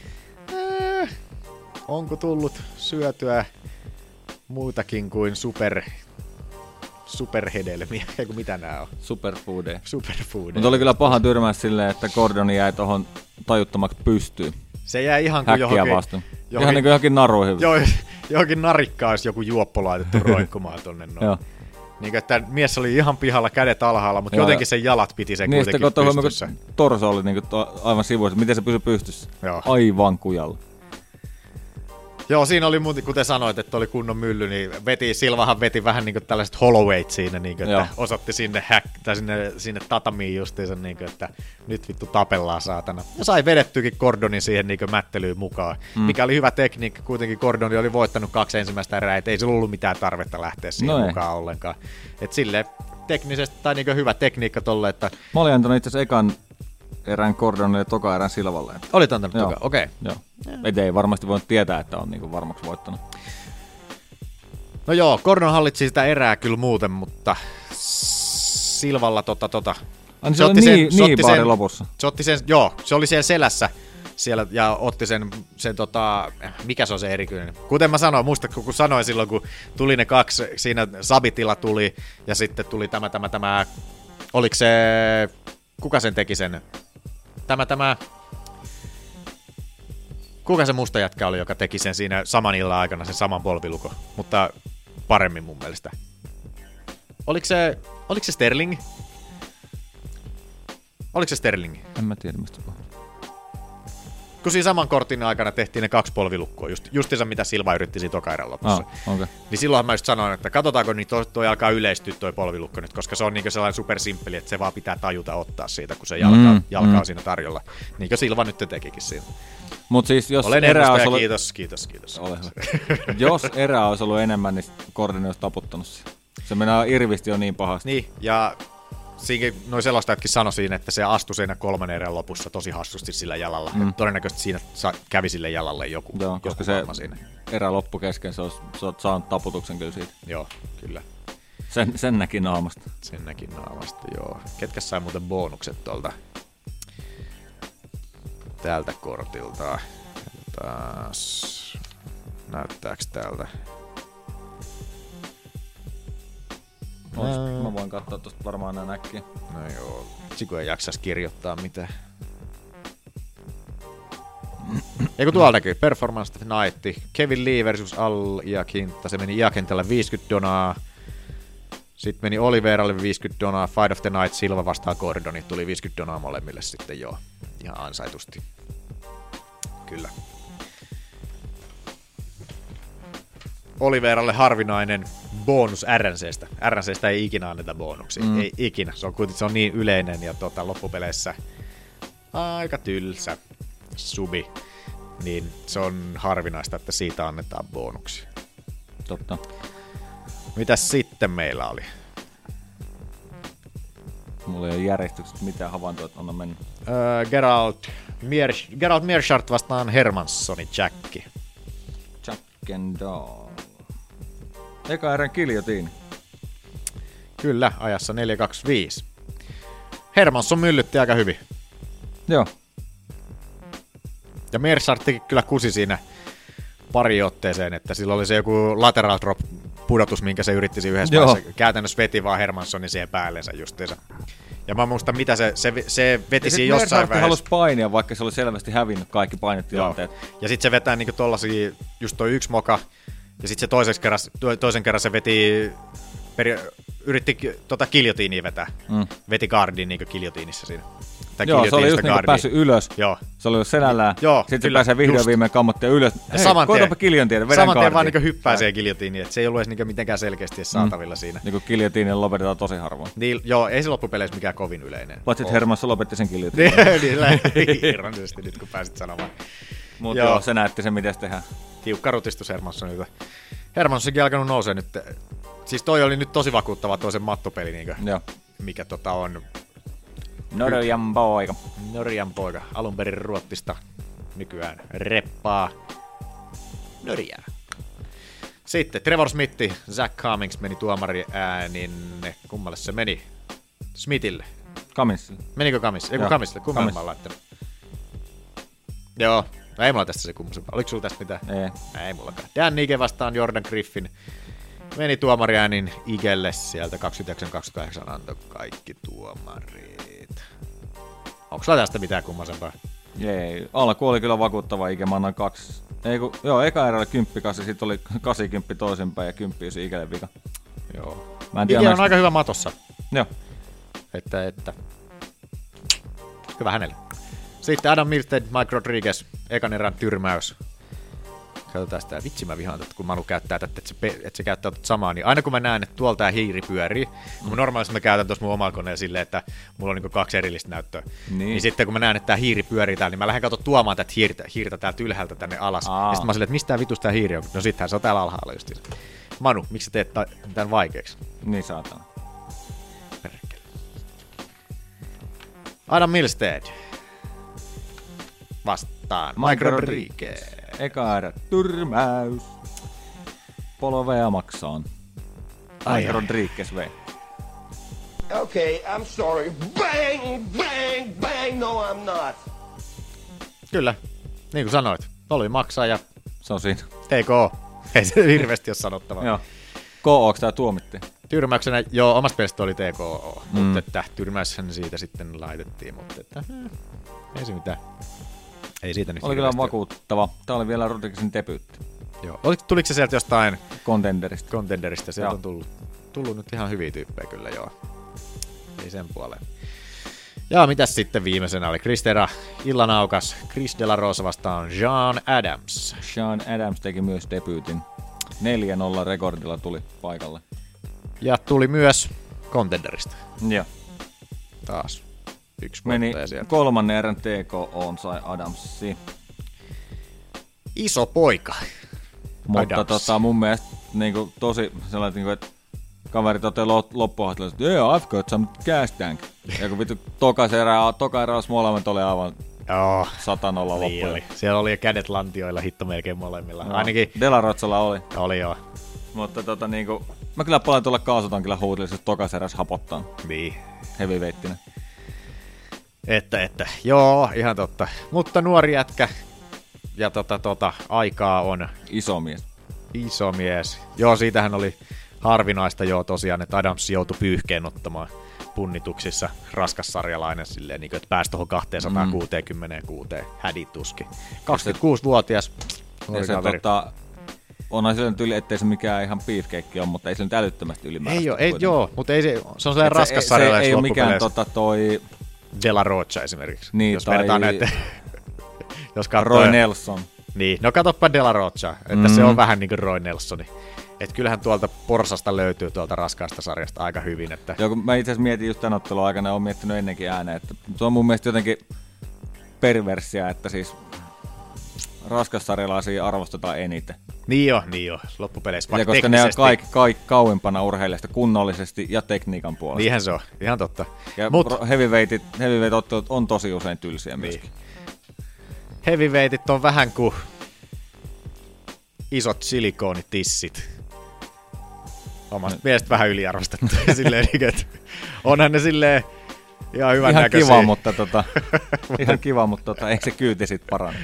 onko tullut syötyä muutakin kuin superhedelmiä, eiku mitä nää on? Superfoodeja. Mutta oli kyllä paha tyrmäys silleen, että Gordon jäi tohon tajuttomaksi pystyyn. Se jäi ihan kuin ihan niin kuin johonkin naruihin. Johonkin narikkaan olisi joku juoppo laitettu roikkumaan tonne noin. Joo. Niin että mies oli ihan pihalla, kädet alhaalla, mutta jotenkin sen jalat piti sen kuitenkin pystyssä. Niin torso oli niin aivan sivuissa. Miten se pysyi pystyssä? Joo. Aivan kujalla. Joo, siinä oli muuten, kuten sanoit, että oli kunnon mylly, niin Silvahan veti vähän niin kuin tällaiset hollowweight siinä, niin kuin, että osoitti sinne tatamiin justiinsa, niin kuin, että nyt vittu tapellaan saatana. Ja sai vedettykin Gordonin siihen niin kuin mättelyyn mukaan, mikä oli hyvä tekniikka. Kuitenkin Gordon oli voittanut 2 ensimmäistä erää, et ei sillä ollut mitään tarvetta lähteä siihen mukaan ollenkaan. Et silleen teknisesti, tai niin kuin hyvä tekniikka tolle, että... Mä olin antanut itse asiassa ekan erään Gordonille ja toka erään Silvalle. Olit antanut toka, okei. Joo. Et ei varmasti voinut tietää, että on niinku varmaksi voittanut. No joo, Gordon hallitsi sitä erää kyllä muuten, mutta Silvalla Se oli baari lopussa. Se otti sen, se oli siellä selässä siellä ja otti sen mikä se on se erityinen. Kuten mä sanoin, muistatko kun sanoin silloin, kun tuli ne 2, siinä Sabitilla tuli ja sitten tuli tämä oliko se, kuka sen teki sen? Kuka se musta jätkä oli, joka teki sen siinä saman illan aikana, sen saman polvilukon, mutta paremmin mun mielestä. Oliko se Sterling? Oliko se Sterling? En mä tiedä, mistä puhuu. Kun siinä saman kortin aikana tehtiin ne 2 polvilukkoa, justiinsa mitä Silva yritti siinä toka erän lopussa. Okay. Niin silloinhan mä just sanoin, että katsotaanko, niin toi alkaa yleistyä toi polvilukko nyt, koska se on niinku sellainen supersimppeli, että se vaan pitää tajuta ottaa siitä, kun se jalka on siinä tarjolla. Niin kuin Silva nyt tekikin siinä. Mut siis jos olen erää olisi ollut... Kiitos. Ole hyvä. Jos erää olisi ollut enemmän, niin Gordon olisi taputtanut sen. Se menee irvisti jo niin pahasti. Niin, ja noi selostajatkin sanoi siinä, että se astui siinä 3. erän lopussa tosi hassusti sillä jalalla. Todennäköisesti siinä kävi sille jalalle joku. Joo, koska se siinä. Erä loppu kesken, se olisi saanut taputuksen kyllä siitä. Joo, kyllä. Sen näki naamasta. Sen näki naamasta, joo. Ketkä sai muuten bonukset tuolta tältä kortilta? Taas näyttääks täältä? Mä voin katsoa tosta varmaan nää näkkiä. No joo, Siku ei jaksais kirjoittaa mitään. Eiku tuolla näkyy, Performance of the Night, Kevin Lee versus Al Iaquinta, se meni Iaquintalle $50. Sitten meni Oliveralle $50, Fight of the Night, Silva vastaan Gordoni, tuli $50 molemmille sitten joo, ihan ansaitusti. Kyllä. Oliveralle harvinainen bonus RNCstä. RNCstä ei ikinä anneta bonuksia, ei ikinä. Se on niin yleinen ja loppupeleissä aika tylsä subi, niin se on harvinaista, että siitä annetaan bonuksia. Totta. Mitäs sitten meillä oli? Mulla ei ole järjestyksestä mitään havaintoa, että on mennyt. Gerald Meerschaert vastaan Hermanssoni Jacki. Jack and Dahl. Eka erän giljotiini. Kyllä, ajassa 4.25. Hermansson myllytti aika hyvin. Joo. Ja Meerschaert teki kyllä kusi siinä pari otteeseen, että sillä oli se joku lateral drop pudotus, minkä se yritti siinä yhdessä vaiheessa. Käytännössä veti vaan Hermanssonin siihen päällensä justiinsa. Ja mä muistan, mitä se veti siinä jossain vaiheessa. Halusi painia, vaikka se oli selvästi hävinnyt kaikki painetilanteet. Ja sit se vetää niinku tollasia, just toi yksi moka, ja sit se toisen kerran se veti, yritti giljotiiniä vetää. Veti guardiin niinku giljotiinissa siinä. Joo, se oli just niinku päässyt ylös. Joo. Se oli selällään. Joo, sitten se pääsee vihdoin viimein kammottia ylös. Hei, koitapa giljotiini, vedän saman tien vaan niinku hyppää siihen giljotiiniin, että se ei ollut edes niinku mitenkään selkeästi saatavilla siinä. Niinku giljotiinin lopetetaan tosi harvoin. Niin, joo, ei se loppupeleissä mikään kovin yleinen. Paitsi että Hermansson lopetti sen giljotiinin. Niin, ironisesti nyt kun pääsit sanomaan. Mutta joo, se näytti sen, miten se tehdään. Tiukka rutistus Hermanssonilta. Hermanssonkin alkanut nousee nyt. Siis toi oli nyt tosi vakuuttava toisen mattopeli, niinkö? Joo. Mikä on... Norjan poika. Alun perin Ruotsista. Nykyään reppaa Norjaa. Sitten Trevor Smith, Zach Cummings meni tuomari äänin. Kummalle se meni? Smithille. Cummingsille. Menikö Cummingsille? Eiku Cummingsille. Kummalle mä oon laittanut? Joo. Ei mulla tästä se kummosempaa. Oliko sulla tästä mitään? Ei mullakaan. Dan Ige vastaan Jordan Griffin. Meni tuomari äänin Igelle sieltä 29-28 antoi kaikki tuomarit. Onko sulla tästä mitään kummosempaa? Ei. Alku oli kyllä vakuuttava Ige. Mä annan 2. Eka erällä 10-8, sitten oli 80 toisenpäin ja 10 Igelle vika. Joo. Ige on aika hyvä matossa. Joo. Että. Hyvä hänelle. Sitten Adam Milstead, Mike Rodriguez, ekan erän tyrmäys. Katsotaan sitä. Vitsi mä vihaan, että kun Manu käyttää tätä, että se käyttää samaa, niin aina kun mä näen, että tuolla tää hiiri pyörii, kun normaalisti mä käytän tuossa mun omalla koneella silleen, että mulla on niinku 2 erillistä näyttöä. Niin sitten kun mä näen, että tää hiiri pyörii täällä, niin mä lähden tuomaan tätä hiirtä täältä ylhäältä tänne alas. Ja sitten mä silleen, että mistä tää vitus tää hiiri on? No sittenhän se on täällä alhaalla justiin. Manu, miksi sä teet tän vaikeaksi? Niin saatana. Perkele. Adam Milstead vastaan Mike Rodriguez. Eka erä tyrmäys. Polovea maksaan. Mike Rodriguez vei. Okay, I'm sorry. Bang, bang, bang. No, I'm not. Kyllä, niin kuin sanoit. Oli maksaa ja... Se on siinä. TKO. Ei se hirveästi ole sanottavaa. Joo. KO:ks tää tuomittiin? Tyrmäyksenä, joo, omasta mielestä oli TKO, mutta että tyrmäyshän siitä sitten laitettiin, mutta että ei se mitään. Ei siitä nyt oli kyllä vakuuttava. Tää oli vielä Rodriguezin debyytti. Joo. Tuliko se sieltä jostain... Contenderista. Sieltä on tullut nyt ihan hyviä tyyppejä kyllä, joo. Ei sen puoleen. Ja mitäs sitten viimeisenä oli Kristera illanaukas. Chris De La Rosa vastaan Sean Adams. Sean Adams teki myös debyytin. 4-0 rekordilla tuli paikalle. Ja tuli myös Contenderista. Joo. Taas. Yksi meni kolmannen erän TKO:n sai Adamsi. Iso poika. Mutta mun mielestä niinku, tosi sellainen, niinku, että kaveri toteaa loppuhaastattelussa, että yeah, I've got some gas tank. Ja kun vittu toka eräs molemmat oli aivan 100-0 loppuun. Siellä oli kädet lantioilla hitto melkein molemmilla. No, ainakin De La Rochalla oli. Oli joo. Mutta niinku, mä kyllä paljon tuolla kaasutan kyllä huutelisesti tokas eräs hapottaa. Niin. Heavyweightinä. Että, joo, ihan totta. Mutta nuori jätkä ja aikaa on. Iso mies. Joo, siitähän oli harvinaista tosiaan, että Adams joutui pyyhkeen ottamaan punnituksissa raskassarjalainen silleen, niin kuin, että pääsi tuohon 266 hädituski. 26-vuotias. Ja se onhan sillä nyt yli, ettei se mikään ihan beefcake ole, mutta ei se nyt älyttömästi ylimääräistä. Joo, mutta ei se on sellainen raskassarjalainen. Se ei ole mikään toi De La Rocha esimerkiksi. Niin, jos vertaa näitä. Jos Roy Nelson. Niin, no katsoppa De La Rocha, että se on vähän niin kuin Roy Nelsoni. Että kyllähän tuolta porsasta löytyy tuolta raskaasta sarjasta aika hyvin. Että joo, kun mä itse asiassa mietin just tämän ottelun aikana ja oon miettinyt ennenkin ääneen, että se on mun mielestä jotenkin perversia, että siis raskassarjalaisia arvostetaan eniten. Niin jo, loppupeleissä. Ja koska ne on kaikki kauempana urheilijoista kunnollisesti ja tekniikan puolesta. Niinhän se on, ihan totta. Ja heavyweight-ottelut on tosi usein tylsiä myöskin. Heavyweightit on vähän kuin isot silikoonitissit. Omasta mielestä vähän yliarvostettu. Silleen, että onhan ne silleen ihan hyvän näköisiä. Ihan kiva, mutta ei se kyyti sit parane.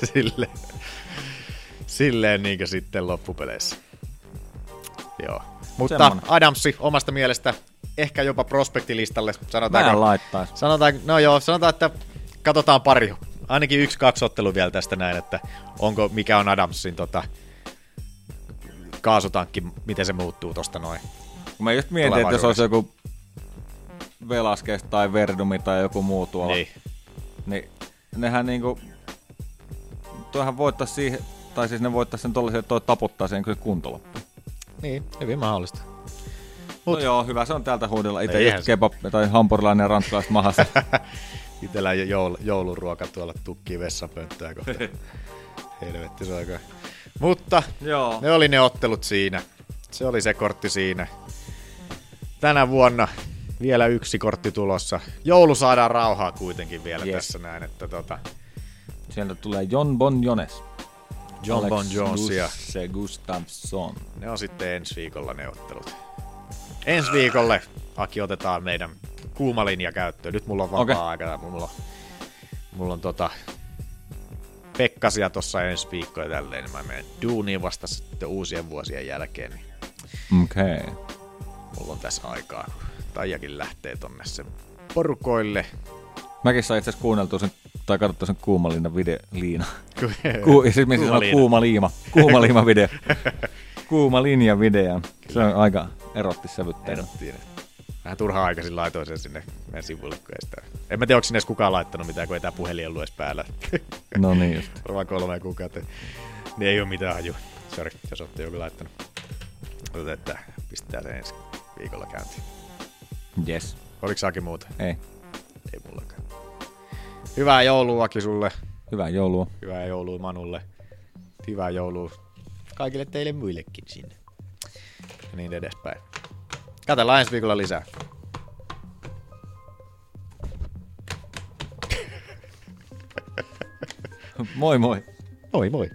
Silleen niinkö sitten loppupeleissä. Joo. Mutta semmonen. Adamsi omasta mielestä ehkä jopa prospektilistalle. Sanotaan, että katsotaan pari. Ainakin 1-2 ottelua vielä tästä näin, että mikä on Adamsin kaasutankki, miten se muuttuu tosta noin. Mä just mietin, että jos olisi joku Velasquez tai Verdumi tai joku muu tuolla, niin nehän niinku, toihan voittaisi siihen, tai siis ne voittaisi sen tollaisen, että toi taputtaa sen kyllä kuntoloppuun. Niin, hyvin mahdollista. No joo, hyvä se on täältä huudella. Itse just kebab tai hampurilainen ja ranskalaiset mahassa. Itellä jouluruoka tuolla tukkii vessanpönttöä kohta. Helvetti se aika. Mutta joo. Ne oli ne ottelut siinä. Se oli se kortti siinä. Tänä vuonna vielä 1 kortti tulossa. Joulu saadaan rauhaa kuitenkin vielä tässä näin. Että sieltä tulee Jon Bon Jones. Jon Bon Jones ja Gustafsson. Ne on sitten ensi viikolla ne ottelut. Ensi viikolle Aki otetaan meidän kuuma linja käyttöön. Nyt mulla on vapaa-aika. Mulla on Pekkasia tossa ensi viikkoa ja tälleen. Niin mä menen duuniin vasta sitten uusien vuosien jälkeen. Niin okei. Mulla on tässä aikaa. Taijakin lähtee tonne sen porukoille. Mäkin sain itse asiassa kuunneltua sen, tai katsottua sen kuumaliina liina. Kuuma liima video. Kuuma linja video. Se on aika erottissävytteinen. Vähän turhaan aikaisin laitoin sen sinne meidän sivulle, kun ei sitä. En mä tiedä, onko sinne edes kukaan laittanut mitään, kun ei tää puhelin ollut edes päällä. No niin just. Varmaan 3 kuukautta. Niin ei oo mitään haju. Sori, jos ootte joku laittanut. Otetaan, että pistetään se ensi viikolla käyntiin. Yes. Oliko Aki muuta? Ei. Ei mullakaan. Hyvää joulua Aki sulle. Hyvää joulua. Hyvää joulua Manulle. Hyvää joulua kaikille teille muillekin sinne. Ja niin edespäin. Katsellaan ensi viikolla lisää. Moi moi. Moi moi.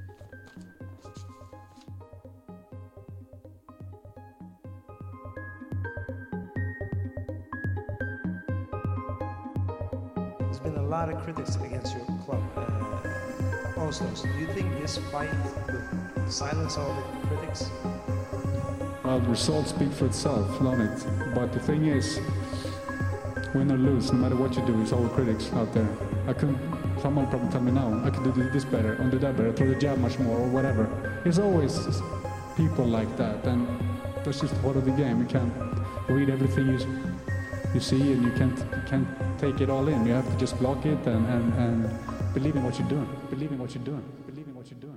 There's been a lot of critics against your club. Also, so do you think this fight would silence all the critics? Well, the results speak for itself, don't it? But the thing is, win or lose, no matter what you do, it's all critics out there. Someone probably tell me now, I could do this better, or do that better, throw the jab much more, or whatever. There's always people like that, and that's just part of the game. You can't read everything you see, and you can't take it all in. You have to just block it and believe in what you're doing. Believe in what you're doing. Believe in what you're doing.